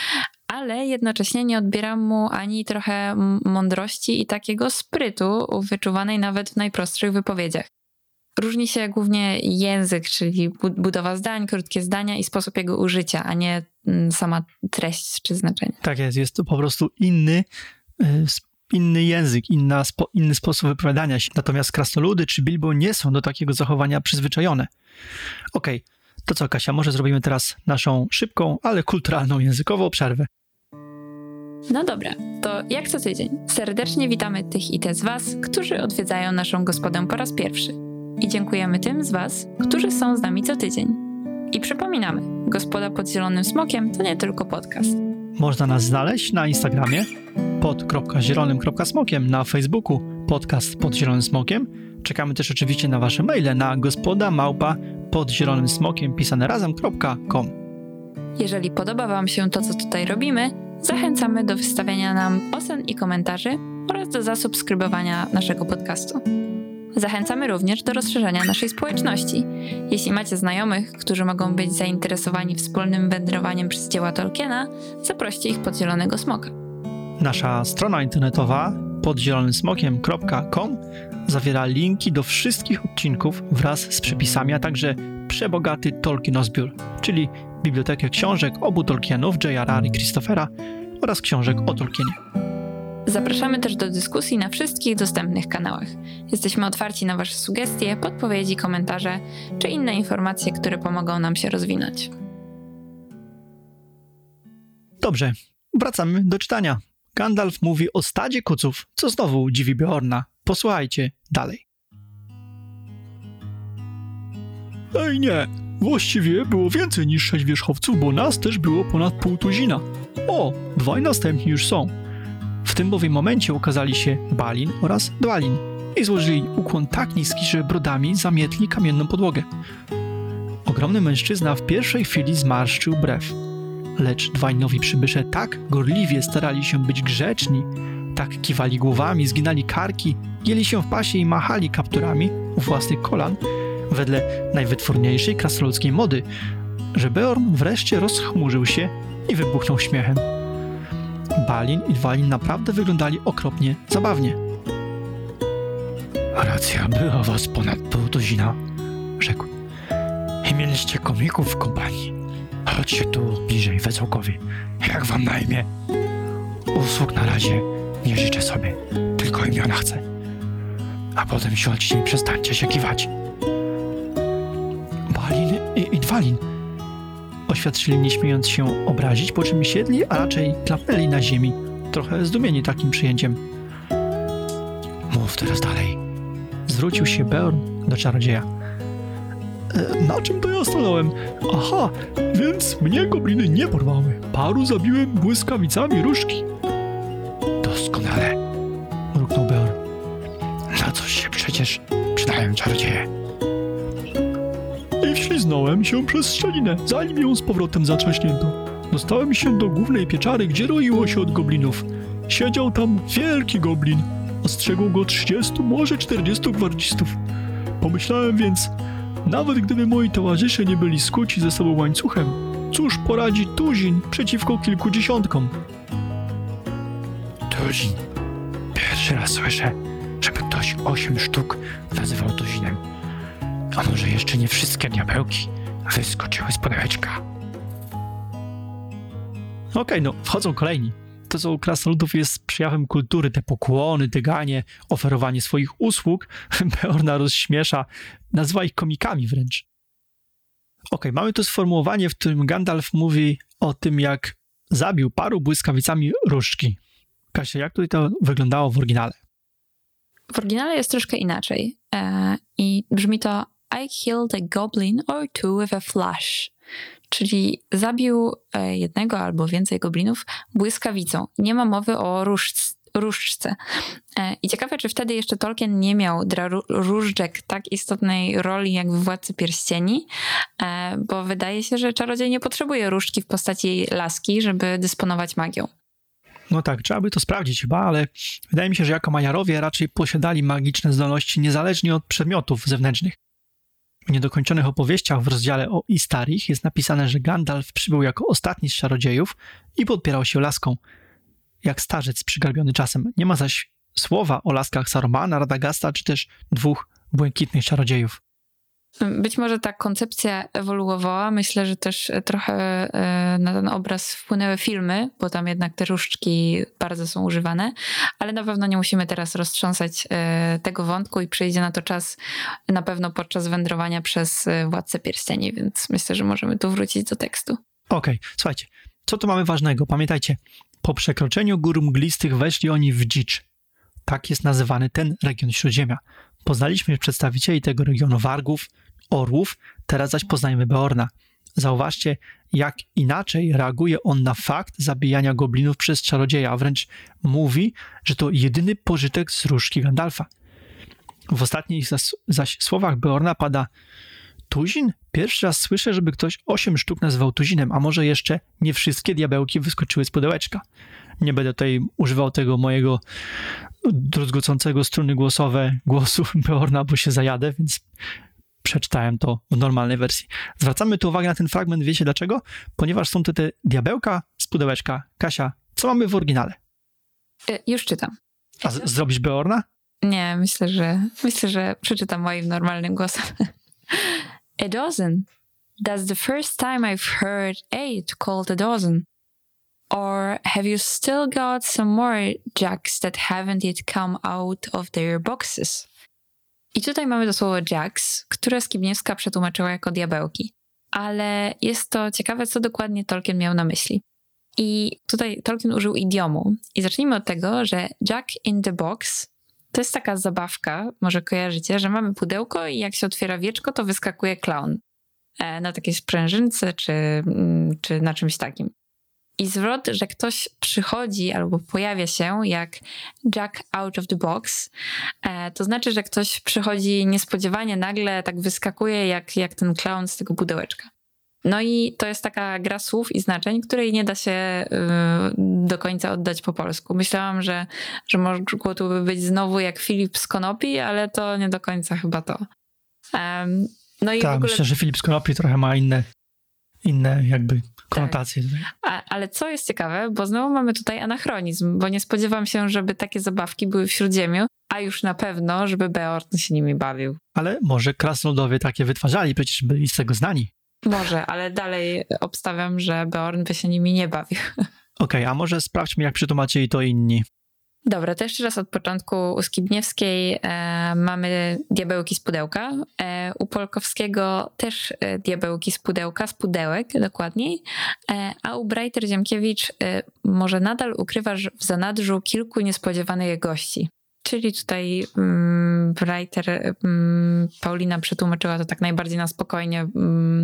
ale jednocześnie nie odbieram mu ani trochę m- mądrości i takiego sprytu wyczuwanej nawet w najprostszych wypowiedziach. Różni się głównie język, czyli bu- budowa zdań, krótkie zdania i sposób jego użycia, a nie mm, sama treść czy znaczenie. Tak jest, jest to po prostu inny, y, sp- inny język, inna spo, inny sposób wypowiadania się. Natomiast krasnoludy czy Bilbo nie są do takiego zachowania przyzwyczajone. Okej, to co, Kasia, może zrobimy teraz naszą szybką, ale kulturalną językową przerwę. No dobra, to jak co tydzień serdecznie witamy tych i te z Was, którzy odwiedzają naszą gospodę po raz pierwszy. I dziękujemy tym z Was, którzy są z nami co tydzień. I przypominamy, Gospoda pod Zielonym Smokiem to nie tylko podcast. Można nas znaleźć na Instagramie pod kropka zielonym kropka smokiem, na Facebooku podcast pod Zielonym Smokiem. Czekamy też oczywiście na Wasze maile na gospoda małpa pod zielonym smokiem pisane razem kropka com. Jeżeli podoba Wam się to, co tutaj robimy, zachęcamy do wystawiania nam ocen i komentarzy oraz do zasubskrybowania naszego podcastu. Zachęcamy również do rozszerzenia naszej społeczności. Jeśli macie znajomych, którzy mogą być zainteresowani wspólnym wędrowaniem przez dzieła Tolkiena, zaproście ich pod Zielonego Smoka. Nasza strona internetowa pod zielonym smokiem kropka com zawiera linki do wszystkich odcinków wraz z przepisami, a także przebogaty Tolkienozbiór, czyli bibliotekę książek obu Tolkienów, J R R i Christophera oraz książek o Tolkienie. Zapraszamy też do dyskusji na wszystkich dostępnych kanałach. Jesteśmy otwarci na Wasze sugestie, podpowiedzi, komentarze czy inne informacje, które pomogą nam się rozwinąć. Dobrze, wracamy do czytania. Gandalf mówi o stadzie kuców, co znowu dziwi Beorna. Posłuchajcie dalej. Ej nie, właściwie było więcej niż sześć wierzchowców, bo nas też było ponad pół tuzina. O, dwaj następni już są. W tym bowiem momencie ukazali się Balin oraz Dwalin i złożyli ukłon tak niski, że brodami zamietli kamienną podłogę. Ogromny mężczyzna w pierwszej chwili zmarszczył brew, lecz dwaj nowi przybysze tak gorliwie starali się być grzeczni, tak kiwali głowami, zginali karki, gięli się w pasie i machali kapturami u własnych kolan, wedle najwytworniejszej krasnoludzkiej mody, że Beorn wreszcie rozchmurzył się i wybuchnął śmiechem. Balin i Dwalin naprawdę wyglądali okropnie zabawnie. Racja, było was ponad pół tuzina, rzekł. I mieliście komików w kompanii. Chodźcie tu bliżej, wesołkowie. Jak wam na imię? Usług na razie nie życzę sobie, tylko imiona chcę. A potem siądźcie i przestańcie się kiwać. Balin i, i Dwalin oświadczyli, nie śmiejąc się obrazić, po czym siedli, a raczej klapnęli na ziemi, trochę zdumieni takim przyjęciem. Mów teraz dalej. Zwrócił się Beorn do czarodzieja. E, na czym to ja stanąłem? Aha, więc mnie gobliny nie porwały. Paru zabiłem błyskawicami różdżki. Doskonale, Mruknął Beorn. na coś się przecież przydają czarodzieje. I wśliznąłem się przez szczelinę, zanim ją z powrotem zatrzaśnięto. Dostałem się do głównej pieczary, gdzie roiło się od goblinów. Siedział tam wielki goblin. Ostrzegł go trzydziestu, może czterdziestu gwardzistów. Pomyślałem więc, nawet gdyby moi towarzysze nie byli skuci ze sobą łańcuchem, cóż poradzi tuzin przeciwko kilkudziesiątkom? Tuzin. Pierwszy raz słyszę, żeby ktoś osiem sztuk nazywał tuzinem. A może jeszcze nie wszystkie diabełki wyskoczyły z pudełeczka? Okej, no, wchodzą kolejni. To, co u krasnoludów jest przejawem kultury, te pokłony, tyganie, oferowanie swoich usług, Beorna rozśmiesza, nazywa ich komikami wręcz. Okej, mamy tu sformułowanie, w którym Gandalf mówi o tym, jak zabił paru błyskawicami różdżki. Kasia, jak tutaj to wyglądało w oryginale? W oryginale jest troszkę inaczej e, i brzmi to I killed a goblin or two with a flash, czyli zabił e, jednego albo więcej goblinów błyskawicą. Nie ma mowy o różdż, różdżce. E, I ciekawe, czy wtedy jeszcze Tolkien nie miał dla ró- różdżek tak istotnej roli jak w Władcy Pierścieni, e, bo wydaje się, że czarodziej nie potrzebuje różdżki w postaci laski, żeby dysponować magią. No tak, trzeba by to sprawdzić chyba, ale wydaje mi się, że jako majarowie raczej posiadali magiczne zdolności niezależnie od przedmiotów zewnętrznych. W niedokończonych opowieściach w rozdziale o Istarich jest napisane, że Gandalf przybył jako ostatni z czarodziejów i podpierał się laską, jak starzec przygarbiony czasem. Nie ma zaś słowa o laskach Sarumana, Radagasta czy też dwóch błękitnych czarodziejów. Być może ta koncepcja ewoluowała. Myślę, że też trochę e, na ten obraz wpłynęły filmy, bo tam jednak te różdżki bardzo są używane, ale na pewno nie musimy teraz roztrząsać e, tego wątku i przyjdzie na to czas na pewno podczas wędrowania przez e, Władcę Pierścieni, więc myślę, że możemy tu wrócić do tekstu. Okej, okay, słuchajcie, co tu mamy ważnego? Pamiętajcie, po przekroczeniu gór mglistych weszli oni w dzicz. Tak jest nazywany ten region Śródziemia. Poznaliśmy przedstawicieli tego regionu wargów, orłów, teraz zaś poznajmy Beorna. Zauważcie, jak inaczej reaguje on na fakt zabijania goblinów przez czarodzieja, a wręcz mówi, że to jedyny pożytek z różdżki Gandalfa. W ostatnich zaś, zaś słowach Beorna pada tuzin? Pierwszy raz słyszę, żeby ktoś osiem sztuk nazywał tuzinem, a może jeszcze nie wszystkie diabełki wyskoczyły z pudełeczka. Nie będę tutaj używał tego mojego druzgocącego struny głosowe głosu Beorna, bo się zajadę, więc przeczytałem to w normalnej wersji. Zwracamy tu uwagę na ten fragment, wiecie dlaczego? Ponieważ są to te diabełka z pudełeczka. Kasia, co mamy w oryginale? Y, już czytam. A z- zrobisz Beorna? Nie, myślę, że myślę, że przeczytam moim normalnym głosem. A dozen. That's the first time I've heard eight called a dozen. Or have you still got some more jacks that haven't yet come out of their boxes? I tutaj mamy to słowo jacks, które Skibniewska przetłumaczyła jako diabełki. Ale jest to ciekawe, co dokładnie Tolkien miał na myśli. I tutaj Tolkien użył idiomu. I zacznijmy od tego, że Jack in the Box to jest taka zabawka, może kojarzycie, że mamy pudełko i jak się otwiera wieczko, to wyskakuje clown e, na takiej sprężynce czy, czy na czymś takim. I zwrot, że ktoś przychodzi albo pojawia się jak Jack out of the box, e, to znaczy, że ktoś przychodzi niespodziewanie, nagle tak wyskakuje jak, jak ten clown z tego pudełeczka. No i to jest taka gra słów i znaczeń, której nie da się y, do końca oddać po polsku. Myślałam, że, że mogło tu by być znowu jak Filip z Konopi, ale to nie do końca chyba to. Um, no i Tak, w ogóle... myślę, że Filip z Konopi trochę ma inne, inne jakby konotacje. Tak. A, ale co jest ciekawe, bo znowu mamy tutaj anachronizm, bo nie spodziewam się, żeby takie zabawki były w Śródziemiu, a już na pewno, żeby Beorn się nimi bawił. Ale może krasnoludowie takie wytwarzali, przecież byli z tego znani. Może, ale dalej obstawiam, że Beorn by się nimi nie bawił. Okej, okay, a może sprawdźmy, jak przetłumaczyli to inni. Dobra, to jeszcze raz od początku. U Skibniewskiej e, mamy diabełki z pudełka, e, u Polkowskiego też e, diabełki z pudełka, z pudełek dokładniej, e, a u Breiter-Ziemkiewicz e, może nadal ukrywasz w zanadrzu kilku niespodziewanych gości. Czyli tutaj um, Breiter, um, Paulina przetłumaczyła to tak najbardziej na spokojnie, um,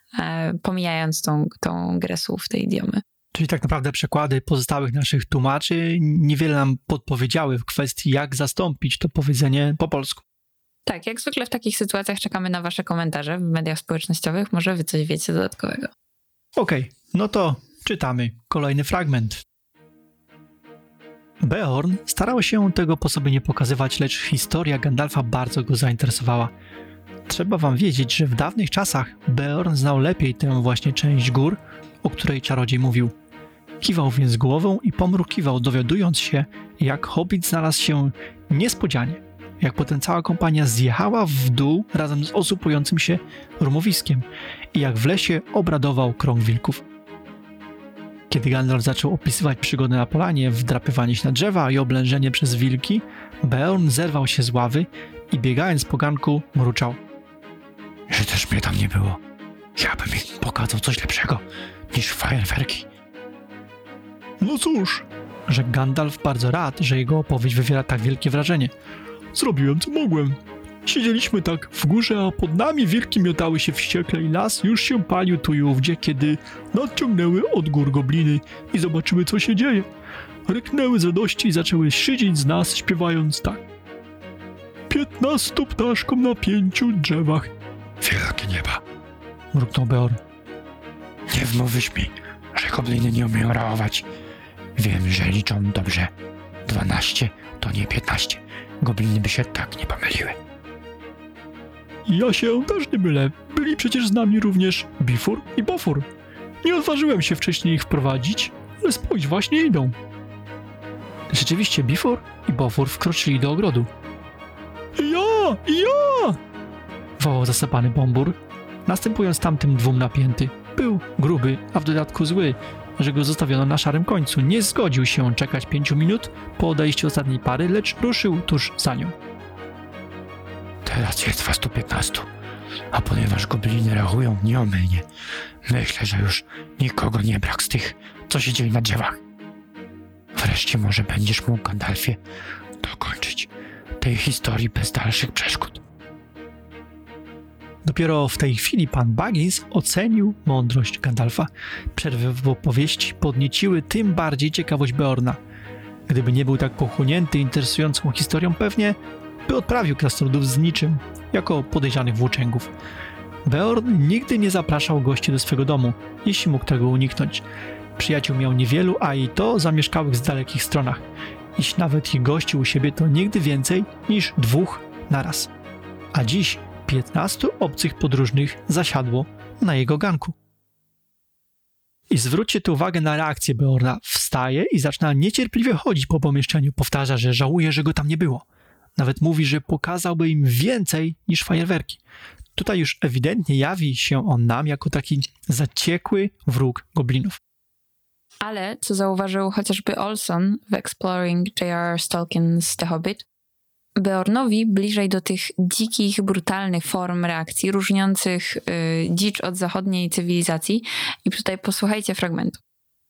e, pomijając tą, tą grę słów tej idiomy. Czyli tak naprawdę przekłady pozostałych naszych tłumaczy niewiele nam podpowiedziały w kwestii, jak zastąpić to powiedzenie po polsku. Tak, jak zwykle w takich sytuacjach czekamy na wasze komentarze w mediach społecznościowych. Może wy coś wiecie dodatkowego. Okej, okay, no to czytamy kolejny fragment. Beorn starał się tego po sobie nie pokazywać, lecz historia Gandalfa bardzo go zainteresowała. Trzeba wam wiedzieć, że w dawnych czasach Beorn znał lepiej tę właśnie część gór, o której czarodziej mówił. Kiwał więc głową i pomrukiwał, dowiadując się, jak hobbit znalazł się niespodzianie, jak potem cała kompania zjechała w dół razem z osłupującym się rumowiskiem i jak w lesie obradował krąg wilków. Kiedy Gandalf zaczął opisywać przygodę na polanie, wdrapywanie się na drzewa i oblężenie przez wilki, Beorn zerwał się z ławy i biegając po ganku mruczał. Że też mnie tam nie było. Ja bym im pokazał coś lepszego niż fajerwerki. No cóż, rzekł Gandalf bardzo rad, że jego opowieść wywiera tak wielkie wrażenie. Zrobiłem co mogłem. Siedzieliśmy tak w górze, a pod nami wilki miotały się wściekle i las już się palił tu i ówdzie, kiedy nadciągnęły od gór gobliny i zobaczyły, co się dzieje. Ryknęły z radości i zaczęły szydzić z nas, śpiewając tak. Piętnastu ptaszkom na pięciu drzewach. Wielkie nieba. Mruknął Beorn. Nie wmówisz mi, że gobliny nie umieją rałować. Wiem, że liczą dobrze. Dwanaście to nie piętnaście. Gobliny by się tak nie pomyliły. Ja się też nie mylę. Byli przecież z nami również Bifur i Bofur. Nie odważyłem się wcześniej ich wprowadzić, ale spójrz, właśnie idą. Rzeczywiście Bifur i Bofur wkroczyli do ogrodu. Ja! Ja! Wołał zasapany Bombur, następując tamtym dwóm napięty. Był gruby, a w dodatku zły, że go zostawiono na szarym końcu. Nie zgodził się czekać pięciu minut po odejściu ostatniej pary, lecz ruszył tuż za nią. Teraz jest was tu piętnastu, a ponieważ gobliny reagują nieomylnie, myślę, że już nikogo nie brak z tych, co siedzieli na drzewach. Wreszcie może będziesz mógł, Gandalfie, dokończyć tej historii bez dalszych przeszkód. Dopiero w tej chwili pan Baggins ocenił mądrość Gandalfa. Przerwy w opowieści podnieciły tym bardziej ciekawość Beorna. Gdyby nie był tak pochłonięty interesującą historią, pewnie by odprawił krasnoludów z niczym, jako podejrzanych włóczęgów. Beorn nigdy nie zapraszał gości do swego domu, jeśli mógł tego uniknąć. Przyjaciół miał niewielu, a i to zamieszkałych z dalekich stronach. Jeśli nawet ich gościł u siebie, to nigdy więcej niż dwóch naraz. A dziś piętnastu obcych podróżnych zasiadło na jego ganku. I zwróćcie tu uwagę na reakcję Beorna. Wstaje i zaczyna niecierpliwie chodzić po pomieszczeniu. Powtarza, że żałuje, że go tam nie było. Nawet mówi, że pokazałby im więcej niż fajerwerki. Tutaj już ewidentnie jawi się on nam jako taki zaciekły wróg goblinów. Ale, co zauważył chociażby Olson w Exploring J R R Tolkien's The Hobbit, Beornowi bliżej do tych dzikich, brutalnych form reakcji, różniących y, dzicz od zachodniej cywilizacji. I tutaj posłuchajcie fragmentu.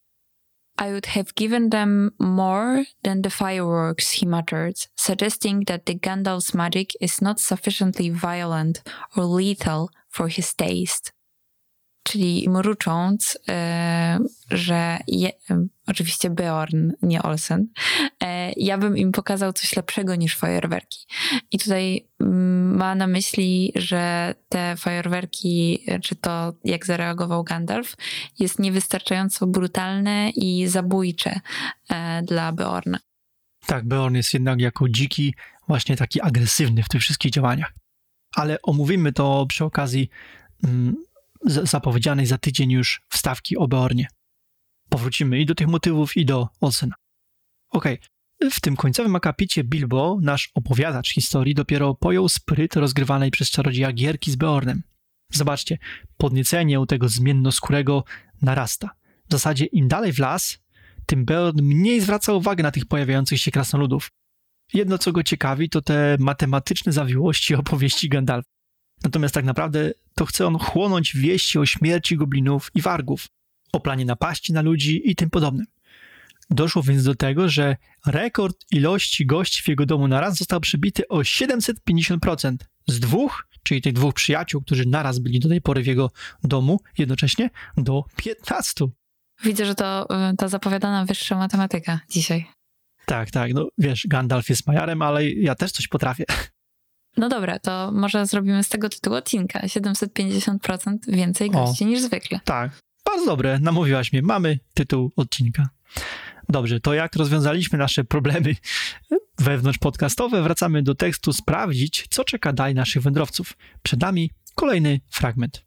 I would have given them more than the fireworks, he muttered, suggesting that the Gandalf's magic is not sufficiently violent or lethal for his taste. Czyli mrucząc, e, że je, e, oczywiście Beorn, nie Olsen, e, ja bym im pokazał coś lepszego niż fajerwerki. I tutaj mm, ma na myśli, że te fajerwerki, czy to jak zareagował Gandalf, jest niewystarczająco brutalne i zabójcze e, dla Beorna. Tak, Beorn jest jednak jako dziki, właśnie taki agresywny w tych wszystkich działaniach. Ale omówimy to przy okazji mm, zapowiedzianej za tydzień już wstawki o Beornie. Powrócimy i do tych motywów, i do Olsena. Okej, okay. W tym końcowym akapicie Bilbo, nasz opowiadacz historii, dopiero pojął spryt rozgrywanej przez czarodzieja gierki z Beornem. Zobaczcie, podniecenie u tego zmiennoskórego narasta. W zasadzie im dalej w las, tym Beorn mniej zwraca uwagę na tych pojawiających się krasnoludów. Jedno, co go ciekawi, to te matematyczne zawiłości opowieści Gandalfa. Natomiast tak naprawdę to chce on chłonąć wieści o śmierci goblinów i wargów, o planie napaści na ludzi i tym podobnym. Doszło więc do tego, że rekord ilości gości w jego domu naraz został przybity o siedemset pięćdziesiąt procent. Z dwóch, czyli tych dwóch przyjaciół, którzy naraz byli do tej pory w jego domu jednocześnie, do piętnastu. Widzę, że to y, ta zapowiadana wyższa matematyka dzisiaj. Tak, tak, no wiesz, Gandalf jest majarem, ale ja też coś potrafię. No dobra, to może zrobimy z tego tytułu odcinka. siedemset pięćdziesiąt procent więcej gości o, niż zwykle. Tak, bardzo dobre, namówiłaś mnie. Mamy tytuł odcinka. Dobrze, to jak rozwiązaliśmy nasze problemy wewnątrz podcastowe, wracamy do tekstu sprawdzić, co czeka dalej naszych wędrowców. Przed nami kolejny fragment.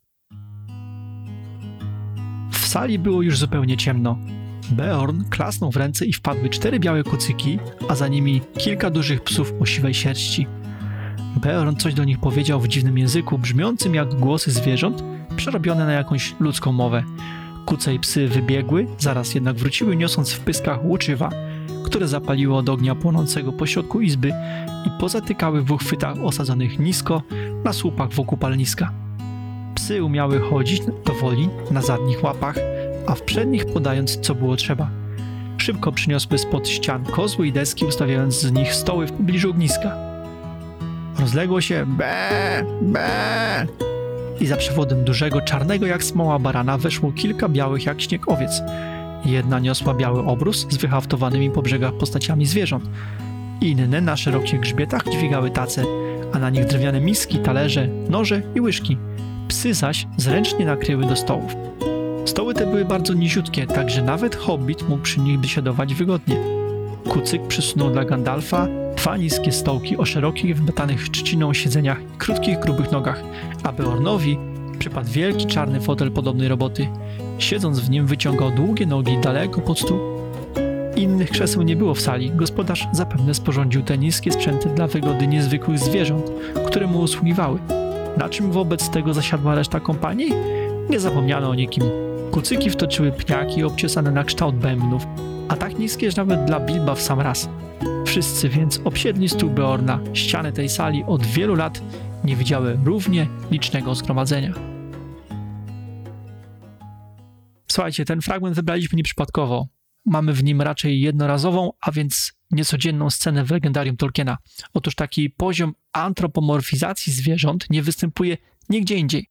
W sali było już zupełnie ciemno. Beorn klasnął w ręce i wpadły cztery białe kucyki, a za nimi kilka dużych psów o siwej sierści. Beorn coś do nich powiedział w dziwnym języku, brzmiącym jak głosy zwierząt, przerobione na jakąś ludzką mowę. Kuce i psy wybiegły, zaraz jednak wróciły, niosąc w pyskach łuczywa, które zapaliło od ognia płonącego pośrodku izby i pozatykały w uchwytach osadzonych nisko na słupach wokół paleniska. Psy umiały chodzić powoli na zadnich łapach, a w przednich podając, co było trzeba. Szybko przyniosły spod ścian kozły i deski, ustawiając z nich stoły w pobliżu ogniska. Rozległo się be, be i za przewodem dużego, czarnego jak smoła barana weszło kilka białych jak śnieg owiec. Jedna niosła biały obrus z wyhaftowanymi po brzegach postaciami zwierząt. Inne na szerokich grzbietach dźwigały tace, a na nich drewniane miski, talerze, noże i łyżki. Psy zaś zręcznie nakryły do stołów. Stoły te były bardzo niziutkie, tak że nawet hobbit mógł przy nich biesiadować wygodnie. Kucyk przysunął dla Gandalfa Dwa niskie stołki o szerokich, wymytanych trzciną siedzeniach i krótkich, grubych nogach, a Beornowi przypadł wielki czarny fotel podobnej roboty. Siedząc w nim wyciągał długie nogi daleko pod stół. Innych krzeseł nie było w sali. Gospodarz zapewne sporządził te niskie sprzęty dla wygody niezwykłych zwierząt, które mu usługiwały. Na czym wobec tego zasiadła reszta kompanii? Nie zapomniano o nikim. Kucyki wtoczyły pniaki obciosane na kształt bębnów, a tak niskie, że nawet dla Bilba w sam raz. Wszyscy więc obsiedli stół Beorna. Ściany tej sali od wielu lat nie widziały równie licznego zgromadzenia. Słuchajcie, ten fragment wybraliśmy nieprzypadkowo. Mamy w nim raczej jednorazową, a więc niecodzienną scenę w legendarium Tolkiena. Otóż taki poziom antropomorfizacji zwierząt nie występuje nigdzie indziej.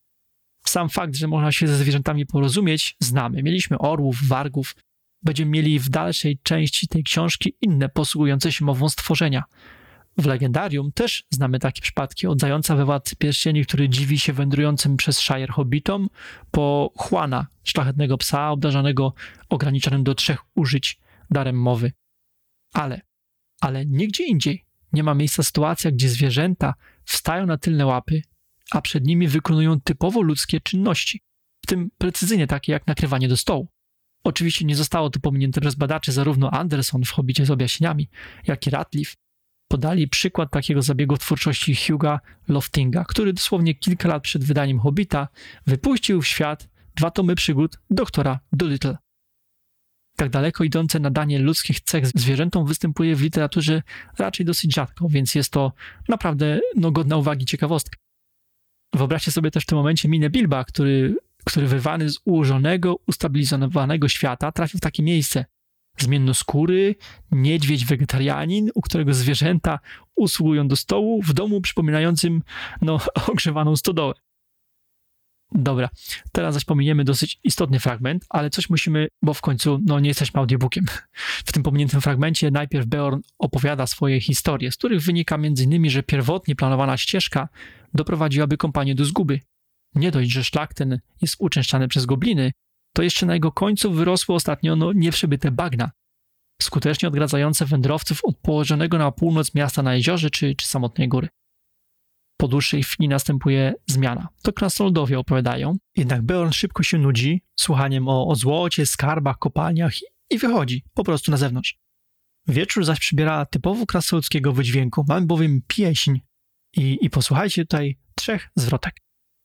Sam fakt, że można się ze zwierzętami porozumieć, znamy. Mieliśmy orłów, wargów. Będziemy mieli w dalszej części tej książki inne posługujące się mową stworzenia. W legendarium też znamy takie przypadki, od zająca we Władcy Pierścieni, który dziwi się wędrującym przez Shire hobbitom, po Juana, szlachetnego psa obdarzanego ograniczonym do trzech użyć darem mowy. Ale, ale nigdzie indziej nie ma miejsca sytuacja, gdzie zwierzęta wstają na tylne łapy, a przed nimi wykonują typowo ludzkie czynności, w tym precyzyjnie takie jak nakrywanie do stołu. Oczywiście nie zostało to pominięte przez badaczy, zarówno Anderson w Hobbicie z objaśnieniami, jak i Radcliffe podali przykład takiego zabiegu w twórczości Hugha Loftinga, który dosłownie kilka lat przed wydaniem Hobbita wypuścił w świat dwa tomy przygód doktora Dolittle. Tak daleko idące nadanie ludzkich cech zwierzętom występuje w literaturze raczej dosyć rzadko, więc jest to naprawdę no, godna uwagi ciekawostka. Wyobraźcie sobie też w tym momencie minę Bilba, który, który wyrwany z ułożonego, ustabilizowanego świata trafił w takie miejsce. Zmiennoskóry, niedźwiedź wegetarianin, u którego zwierzęta usługują do stołu w domu przypominającym no, ogrzewaną stodołę. Dobra, teraz zaś pominiemy dosyć istotny fragment, ale coś musimy, bo w końcu no, nie jesteśmy audiobookiem. W tym pominiętym fragmencie najpierw Beorn opowiada swoje historie, z których wynika między innymi, że pierwotnie planowana ścieżka doprowadziłaby kompanię do zguby. Nie dość, że szlak ten jest uczęszczany przez gobliny, to jeszcze na jego końcu wyrosły ostatnio no, nieprzebyte bagna, skutecznie odgradzające wędrowców od położonego na północ miasta na jeziorze czy, czy samotnej góry. Po dłuższej chwili następuje zmiana. To krasnoludowie opowiadają, jednak Beorn szybko się nudzi słuchaniem o, o złocie, skarbach, kopalniach i, i wychodzi po prostu na zewnątrz. Wieczór zaś przybiera typowo krasnoludzkiego wydźwięku, mamy bowiem pieśń i, i posłuchajcie tutaj trzech zwrotek.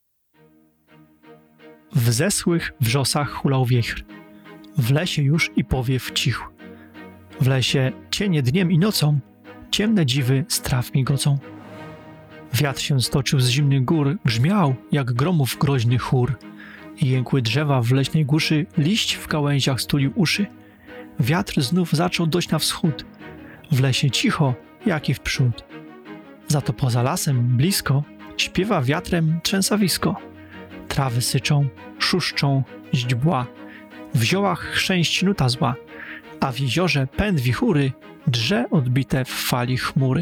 W zeschłych wrzosach hulał wiechr, w lesie już i powiew cichł. W lesie cienie dniem i nocą, ciemne dziwy z traw migocą. Wiatr się stoczył z zimnych gór, grzmiał jak gromów groźny chór. Jękły drzewa w leśnej głuszy, liść w gałęziach stulił uszy. Wiatr znów zaczął dość na wschód, w lesie cicho, jak i wprzód. Za to poza lasem, blisko, śpiewa wiatrem trzęsawisko. Trawy syczą, szuszczą źdźbła, w ziołach chrzęść nuta zła, a w jeziorze pęd wichury drze odbite w fali chmury.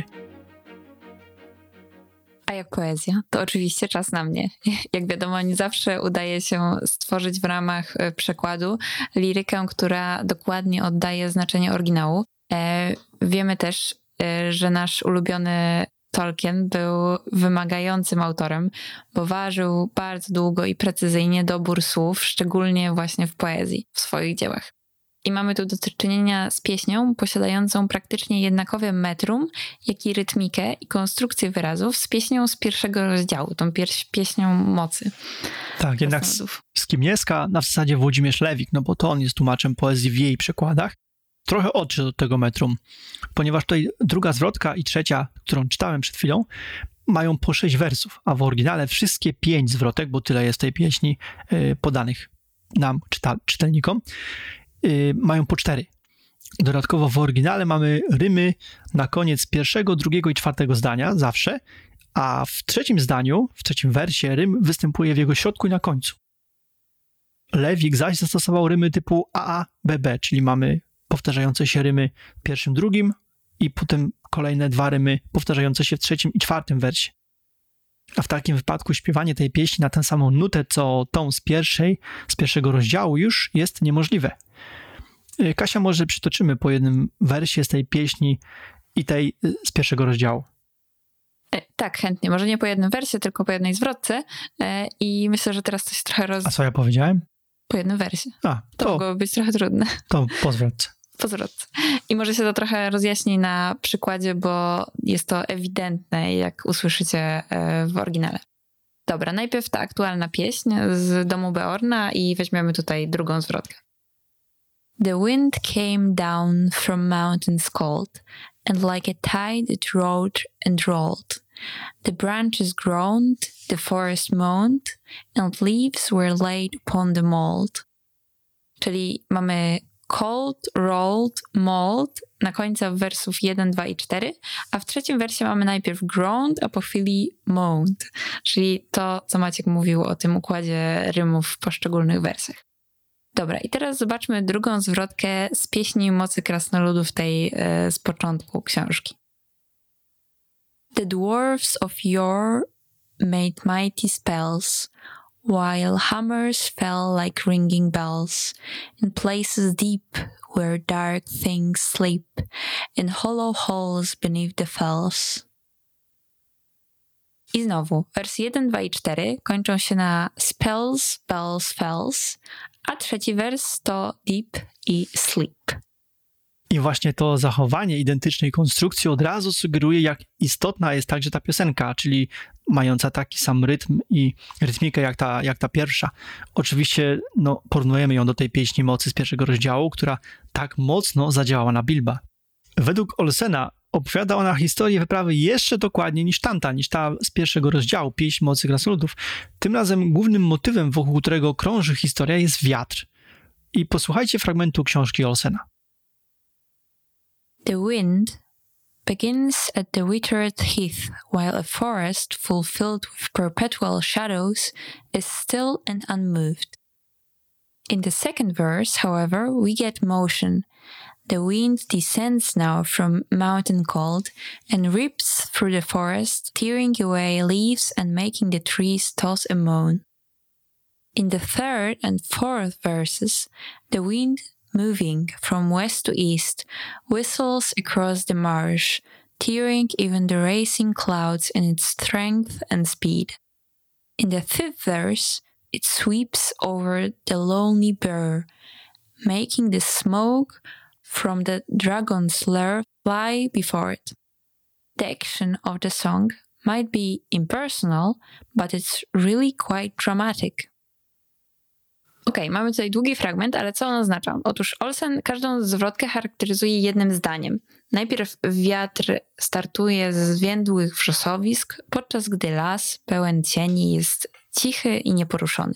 A jak poezja, to oczywiście czas na mnie. Jak wiadomo, nie zawsze udaje się stworzyć w ramach przekładu lirykę, która dokładnie oddaje znaczenie oryginału. E, wiemy też, e, że nasz ulubiony Tolkien był wymagającym autorem, bo ważył bardzo długo i precyzyjnie dobór słów, szczególnie właśnie w poezji, w swoich dziełach. I mamy tu do czynienia z pieśnią posiadającą praktycznie jednakowe metrum, jak i rytmikę i konstrukcję wyrazów z pieśnią z pierwszego rozdziału, tą pier- pieśnią mocy. Tak, jednak z, z Kimieska na w zasadzie Włodzimierz Lewik, no bo to on jest tłumaczem poezji w jej przekładach, trochę odszedł od tego metrum, ponieważ tutaj druga zwrotka i trzecia, którą czytałem przed chwilą, mają po sześć wersów, a w oryginale wszystkie pięć zwrotek, bo tyle jest tej pieśni yy, podanych nam, czyta- czytelnikom, yy, mają po cztery. Dodatkowo w oryginale mamy rymy na koniec pierwszego, drugiego i czwartego zdania, zawsze, a w trzecim zdaniu, w trzecim wersie rym występuje w jego środku i na końcu. Lewik zaś zastosował rymy typu A A B B, czyli mamy powtarzające się rymy w pierwszym, drugim i potem kolejne dwa rymy powtarzające się w trzecim i czwartym wersie. A w takim wypadku śpiewanie tej pieśni na tę samą nutę, co tą z pierwszej, z pierwszego rozdziału już jest niemożliwe. Kasia, może przytoczymy po jednym wersie z tej pieśni i tej y, z pierwszego rozdziału. E, tak, chętnie. Może nie po jednym wersie, tylko po jednej zwrotce. E, I myślę, że teraz to się trochę roz... A co ja powiedziałem? Po jednym wersie. A, To to, mogłoby być trochę trudne. to po zwrotce. Po zwrotce. I może się to trochę rozjaśni na przykładzie, bo jest to ewidentne, jak usłyszycie e, w oryginale. Dobra, najpierw ta aktualna pieśń z domu Beorna i weźmiemy tutaj drugą zwrotkę. The wind came down from mountains cold, and like a tide it rode and rolled. The branches groaned, the forest moaned, and leaves were laid upon the mold. Czyli mamy cold, rolled, mold na końcu wersów jeden, dwa i cztery, a w trzecim wersie mamy najpierw groaned, a po chwili moaned, czyli to, co Maciek mówił o tym układzie rymów w poszczególnych wersach. Dobra, i teraz zobaczmy drugą zwrotkę z pieśni Mocy Krasnoludów, tej e, z początku książki. The dwarfs of yore made mighty spells, while hammers fell like ringing bells, in places deep where dark things sleep, in hollow halls beneath the fells. I znowu, wersy jeden, dwa i cztery kończą się na spells, bells, fells, a trzeci wers to deep i sleep. I właśnie to zachowanie identycznej konstrukcji od razu sugeruje, jak istotna jest także ta piosenka, czyli mająca taki sam rytm i rytmikę jak ta, jak ta pierwsza. Oczywiście no, porównujemy ją do tej pieśni Mocy z pierwszego rozdziału, która tak mocno zadziałała na Bilba. Według Olsena opowiada ona historię wyprawy jeszcze dokładniej niż tamta, niż ta z pierwszego rozdziału, pieśń Mocy Krasnoludów. Tym razem głównym motywem, wokół którego krąży historia, jest wiatr. I posłuchajcie fragmentu książki Olsena. The wind begins at the withered heath, while a forest fulfilled with perpetual shadows is still and unmoved. In the second verse, however, we get motion. The wind descends now from mountain cold and rips through the forest, tearing away leaves and making the trees toss and moan. In the third and fourth verses, the wind, moving from west to east, whistles across the marsh, tearing even the racing clouds in its strength and speed. In the fifth verse, it sweeps over the lonely burr, making the smoke from the dragon's lair fly before it. The action of the song might be impersonal, but it's really quite dramatic. Okej, okay, mamy tutaj długi fragment, ale co on oznacza? Otóż Olsen każdą zwrotkę charakteryzuje jednym zdaniem. Najpierw wiatr startuje z zwiędłych wrzosowisk, podczas gdy las pełen cieni jest cichy i nieporuszony.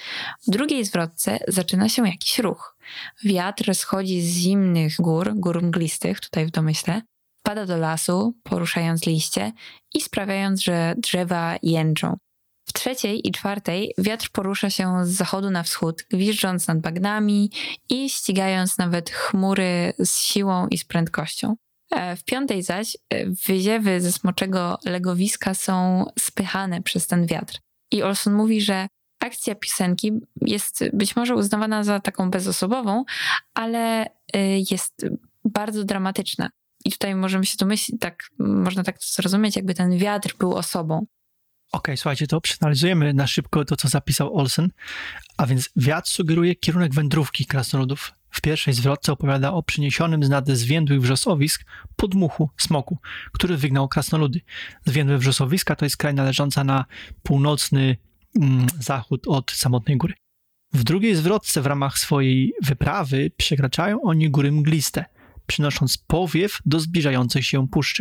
W drugiej zwrotce zaczyna się jakiś ruch. Wiatr schodzi z zimnych gór, gór mglistych, tutaj w domyśle, pada do lasu, poruszając liście i sprawiając, że drzewa jęczą. W trzeciej i czwartej wiatr porusza się z zachodu na wschód, gwiżdżąc nad bagnami i ścigając nawet chmury z siłą i z prędkością. W piątej zaś wyziewy ze smoczego legowiska są spychane przez ten wiatr. I Olson mówi, że akcja piosenki jest być może uznawana za taką bezosobową, ale jest bardzo dramatyczna. I tutaj możemy się domyślić, tak, można tak to zrozumieć, jakby ten wiatr był osobą. Okej, okay, słuchajcie, to przeanalizujemy na szybko to, co zapisał Olsen. A więc wiatr sugeruje kierunek wędrówki krasnoludów. W pierwszej zwrotce opowiada o przyniesionym z nad zwiędłych wrzosowisk podmuchu smoku, który wygnał krasnoludy. Zwiędłe wrzosowiska to jest kraina leżąca na północny mm, zachód od samotnej góry. W drugiej zwrotce w ramach swojej wyprawy przekraczają oni góry mgliste, przynosząc powiew do zbliżającej się puszczy.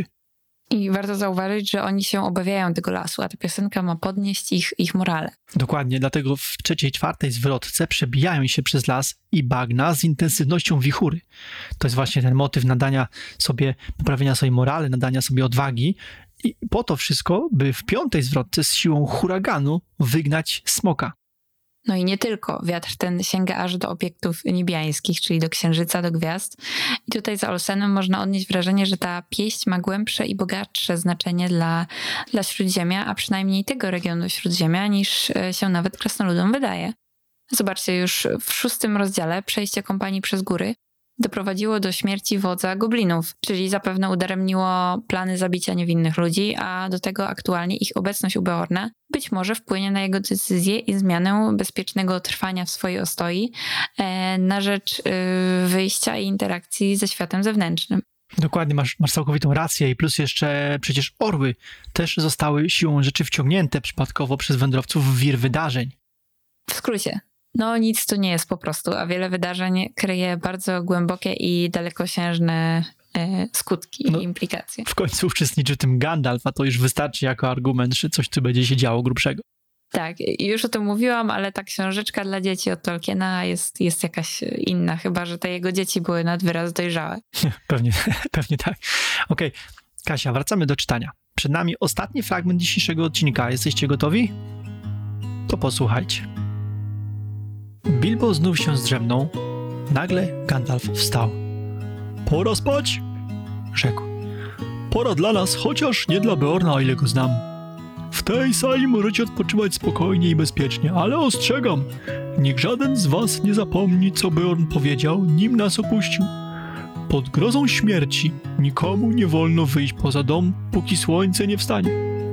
I warto zauważyć, że oni się obawiają tego lasu, a ta piosenka ma podnieść ich, ich morale. Dokładnie, dlatego w trzeciej, czwartej zwrotce przebijają się przez las i bagna z intensywnością wichury. To jest właśnie ten motyw nadania sobie, poprawienia sobie morale, nadania sobie odwagi i po to wszystko, by w piątej zwrotce z siłą huraganu wygnać smoka. No i nie tylko. Wiatr ten sięga aż do obiektów niebiańskich, czyli do księżyca, do gwiazd. I tutaj za Olsenem można odnieść wrażenie, że ta pieśń ma głębsze i bogatsze znaczenie dla, dla Śródziemia, a przynajmniej tego regionu Śródziemia, niż się nawet krasnoludom wydaje. Zobaczcie, już w szóstym rozdziale Przejście kompanii przez góry doprowadziło do śmierci wodza goblinów, czyli zapewne udaremniło plany zabicia niewinnych ludzi, a do tego aktualnie ich obecność u Beorna być może wpłynie na jego decyzję i zmianę bezpiecznego trwania w swojej ostoi e, na rzecz e, wyjścia i interakcji ze światem zewnętrznym. Dokładnie, masz, masz całkowitą rację i plus jeszcze przecież orły też zostały siłą rzeczy wciągnięte przypadkowo przez wędrowców w wir wydarzeń. W skrócie, no nic tu nie jest po prostu, a wiele wydarzeń kryje bardzo głębokie i dalekosiężne e, skutki No, i implikacje. W końcu uczestniczy w tym Gandalf, a to już wystarczy jako argument, że coś tu będzie się działo grubszego. Tak, już o tym mówiłam, ale ta książeczka dla dzieci od Tolkiena jest, jest jakaś inna, chyba że te jego dzieci były nad wyraz dojrzałe. Pewnie, pewnie tak. Okej, Kasia, wracamy do czytania. Przed nami ostatni fragment dzisiejszego odcinka. Jesteście gotowi? To posłuchajcie. Bilbo znów się zdrzemnął. Nagle Gandalf wstał. Pora spać, rzekł. Pora dla nas, chociaż nie dla Beorna, o ile go znam. W tej sali możecie odpoczywać spokojnie i bezpiecznie, ale ostrzegam, niech żaden z was nie zapomni, co Beorn powiedział, nim nas opuścił. Pod grozą śmierci nikomu nie wolno wyjść poza dom, póki słońce nie wstanie.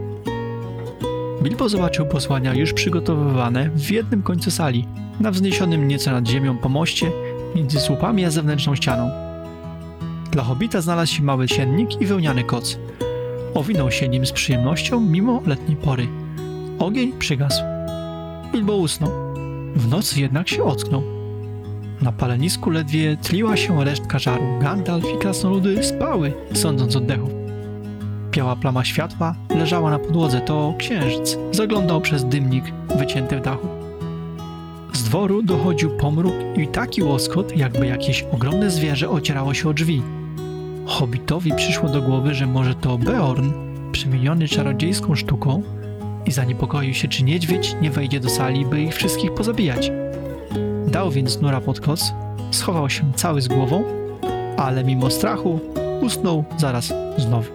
Bilbo zobaczył posłania już przygotowywane w jednym końcu sali, na wzniesionym nieco nad ziemią pomoście między słupami a zewnętrzną ścianą. Dla hobita znalazł się mały siennik i wełniany koc. Owinął się nim z przyjemnością mimo letniej pory. Ogień przygasł. Bilbo usnął. W nocy jednak się ocknął. Na palenisku ledwie tliła się resztka żaru. Gandalf i krasnoludy spały, sądząc oddechów. Biała plama światła leżała na podłodze. To księżyc zaglądał przez dymnik wycięty w dachu. Z dworu dochodził pomruk i taki łoskot, jakby jakieś ogromne zwierzę ocierało się o drzwi. Hobbitowi przyszło do głowy, że może to Beorn, przemieniony czarodziejską sztuką, i zaniepokoił się, czy niedźwiedź nie wejdzie do sali, by ich wszystkich pozabijać. Dał więc nura pod koc, schował się cały z głową, ale mimo strachu usnął zaraz znowu.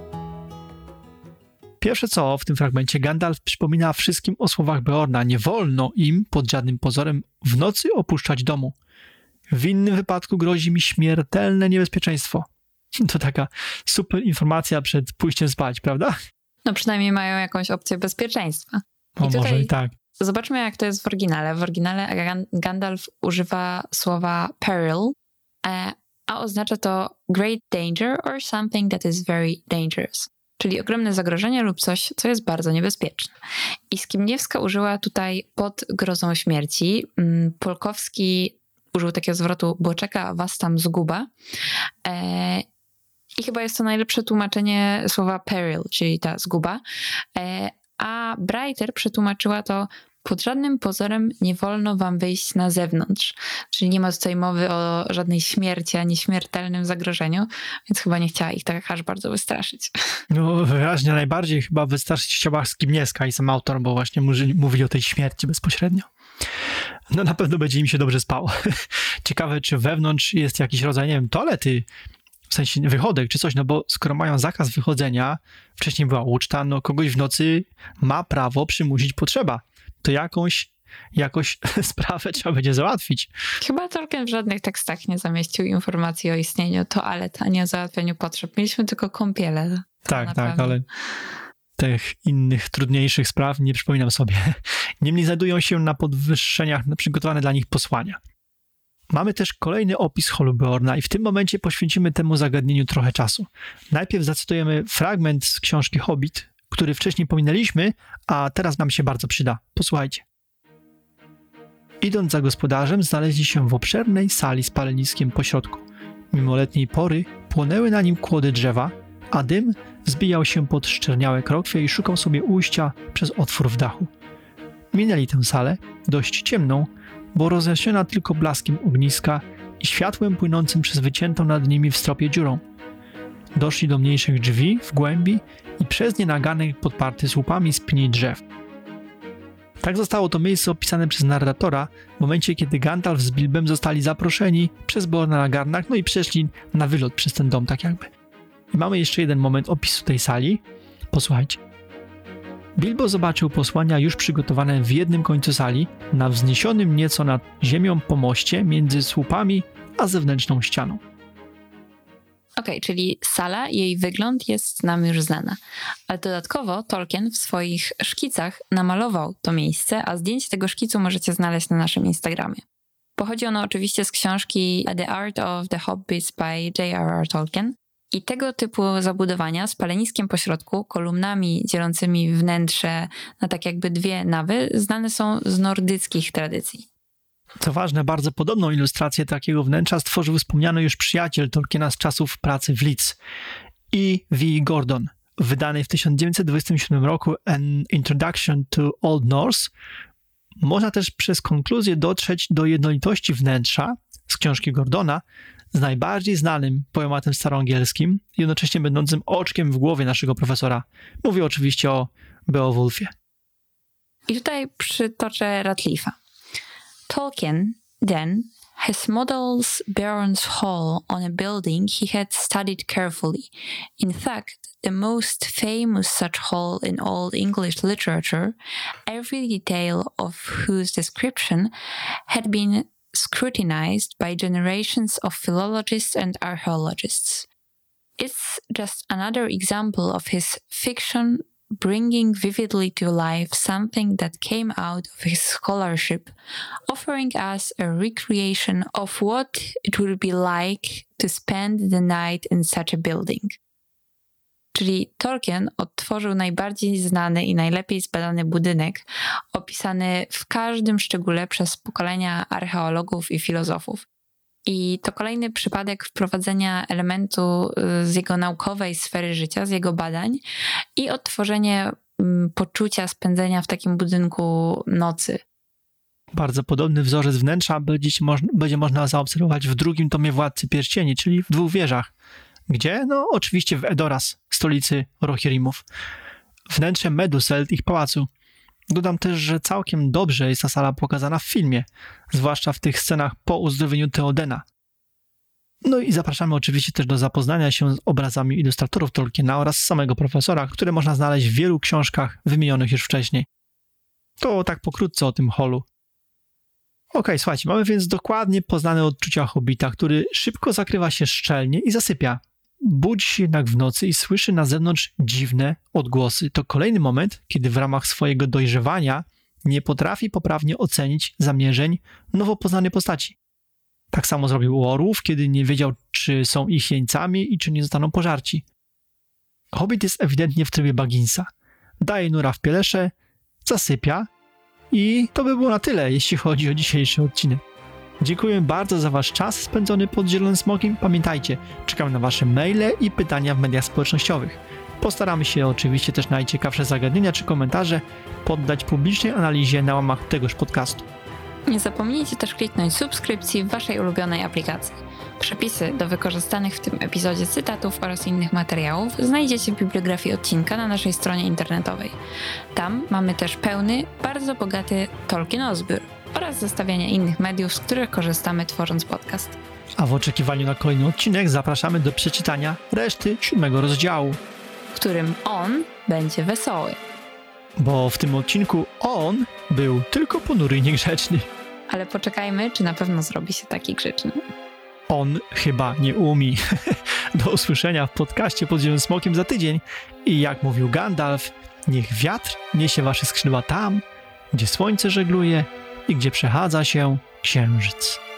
Pierwsze co w tym fragmencie, Gandalf przypomina wszystkim o słowach Beorna. Nie wolno im pod żadnym pozorem w nocy opuszczać domu. W innym wypadku grozi mi śmiertelne niebezpieczeństwo. To taka super informacja przed pójściem spać, prawda? No przynajmniej mają jakąś opcję bezpieczeństwa. O, I tutaj może i tak. zobaczmy, jak to jest w oryginale. W oryginale Gan- Gandalf używa słowa peril, a, a oznacza to great danger or something that is very dangerous. Czyli ogromne zagrożenie lub coś, co jest bardzo niebezpieczne. I Skibniewska użyła tutaj pod grozą śmierci. Polkowski użył takiego zwrotu, bo czeka was tam zguba. E, I chyba jest to najlepsze tłumaczenie słowa peril, czyli ta zguba. E, a Breiter przetłumaczyła to: pod żadnym pozorem nie wolno wam wyjść na zewnątrz. Czyli nie ma tutaj mowy o żadnej śmierci ani śmiertelnym zagrożeniu, więc chyba nie chciała ich tak aż bardzo wystraszyć. No wyraźnie najbardziej chyba wystraszyć chciała Skibniewska i sam autor, bo właśnie mówi, mówi o tej śmierci bezpośrednio. No na pewno będzie im się dobrze spało. Ciekawe, czy wewnątrz jest jakiś rodzaj, nie wiem, toalety, w sensie wychodek czy coś, no bo skoro mają zakaz wychodzenia, wcześniej była uczta, no kogoś w nocy ma prawo przymusić potrzeba. To jakąś, jakoś sprawę trzeba będzie załatwić. Chyba Tolkien w żadnych tekstach nie zamieścił informacji o istnieniu toalet, ani o załatwianiu potrzeb. Mieliśmy tylko kąpiele. Tak, naprawdę. tak, ale tych innych, trudniejszych spraw nie przypominam sobie. Niemniej znajdują się na podwyższeniach na przygotowane dla nich posłania. Mamy też kolejny opis holu Beorna i w tym momencie poświęcimy temu zagadnieniu trochę czasu. Najpierw zacytujemy fragment z książki Hobbit, który wcześniej pominęliśmy, a teraz nam się bardzo przyda. Posłuchajcie. Idąc za gospodarzem, znaleźli się w obszernej sali z paleniskiem pośrodku. Mimo letniej pory płonęły na nim kłody drzewa, a dym zbijał się pod szczerniałe krokwie i szukał sobie ujścia przez otwór w dachu. Minęli tę salę, dość ciemną, bo rozjaśniona tylko blaskiem ogniska i światłem płynącym przez wyciętą nad nimi w stropie dziurą. Doszli do mniejszych drzwi w głębi i przez nie naganek podparty słupami z pni drzew. Tak zostało to miejsce opisane przez narratora w momencie, kiedy Gandalf z Bilbem zostali zaproszeni przez Beorna na garnach, no i przeszli na wylot przez ten dom, tak jakby. I mamy jeszcze jeden moment opisu tej sali. Posłuchajcie. Bilbo zobaczył posłania już przygotowane w jednym końcu sali, na wzniesionym nieco nad ziemią pomoście między słupami a zewnętrzną ścianą. Okej, czyli sala i jej wygląd jest nam już znana. Ale dodatkowo Tolkien w swoich szkicach namalował to miejsce, a zdjęcie tego szkicu możecie znaleźć na naszym Instagramie. Pochodzi ono oczywiście z książki The Art of the Hobbit by J R R Tolkien i tego typu zabudowania z paleniskiem pośrodku, kolumnami dzielącymi wnętrze na tak jakby dwie nawy, znane są z nordyckich tradycji. Co ważne, bardzo podobną ilustrację takiego wnętrza stworzył wspomniany już przyjaciel Tolkiena z czasów pracy w Leeds, E V Gordon. W wydanej w tysiąc dziewięćset dwudziestym siódmym roku An Introduction to Old Norse można też przez konkluzję dotrzeć do jednolitości wnętrza z książki Gordona z najbardziej znanym poematem staroangielskim, jednocześnie będącym oczkiem w głowie naszego profesora. Mówię oczywiście o Beowulfie. I tutaj przytoczę Radcliffe'a. Tolkien, then, has models Baron's Hall on a building he had studied carefully. In fact, the most famous such hall in Old English literature, every detail of whose description had been scrutinized by generations of philologists and archaeologists. It's just another example of his fiction bringing vividly to life something that came out of his scholarship, offering us a recreation of what it would be like to spend the night in such a building. Czyli Tolkien odtworzył najbardziej znany i najlepiej zbadany budynek, opisany w każdym szczególe przez pokolenia archeologów i filozofów. I to kolejny przypadek wprowadzenia elementu z jego naukowej sfery życia, z jego badań i odtworzenie mm, poczucia spędzenia w takim budynku nocy. Bardzo podobny wzorzec wnętrza będzie, moż- będzie można zaobserwować w drugim tomie Władcy Pierścieni, czyli w Dwóch Wieżach. Gdzie? No oczywiście w Edoras, stolicy Rohirrimów. Wnętrze Meduseld ich pałacu. Dodam też, że całkiem dobrze jest ta sala pokazana w filmie, zwłaszcza w tych scenach po uzdrowieniu Theodena. No i zapraszamy oczywiście też do zapoznania się z obrazami ilustratorów Tolkiena oraz samego profesora, które można znaleźć w wielu książkach wymienionych już wcześniej. To tak pokrótce o tym holu. Okej, słuchajcie, mamy więc dokładnie poznane odczucia Hobbita, który szybko zakrywa się szczelnie i zasypia. Budzi się jednak w nocy i słyszy na zewnątrz dziwne odgłosy. To kolejny moment, kiedy w ramach swojego dojrzewania nie potrafi poprawnie ocenić zamierzeń nowo poznanej postaci. Tak samo zrobił u orłów, kiedy nie wiedział, czy są ich jeńcami i czy nie zostaną pożarci. Hobbit jest ewidentnie w trybie Bagginsa. Daje nura w pielesze, zasypia i to by było na tyle, jeśli chodzi o dzisiejszy odcinek. Dziękuję bardzo za wasz czas spędzony pod Zielonym Smokiem. Pamiętajcie, czekamy na wasze maile i pytania w mediach społecznościowych. Postaramy się oczywiście też najciekawsze zagadnienia czy komentarze poddać publicznej analizie na łamach tegoż podcastu. Nie zapomnijcie też kliknąć subskrypcji w waszej ulubionej aplikacji. Przepisy do wykorzystanych w tym epizodzie cytatów oraz innych materiałów znajdziecie w bibliografii odcinka na naszej stronie internetowej. Tam mamy też pełny, bardzo bogaty Tolkienozbiór oraz zestawienia innych mediów, z których korzystamy tworząc podcast. A w oczekiwaniu na kolejny odcinek zapraszamy do przeczytania reszty siódmego rozdziału. W którym on będzie wesoły. Bo w tym odcinku on był tylko ponury i niegrzeczny. Ale poczekajmy, czy na pewno zrobi się taki grzeczny. On chyba nie umie. Do usłyszenia w podcaście pod Zielonym Smokiem za tydzień. I jak mówił Gandalf, niech wiatr niesie wasze skrzydła tam, gdzie słońce żegluje i gdzie przechadza się księżyc.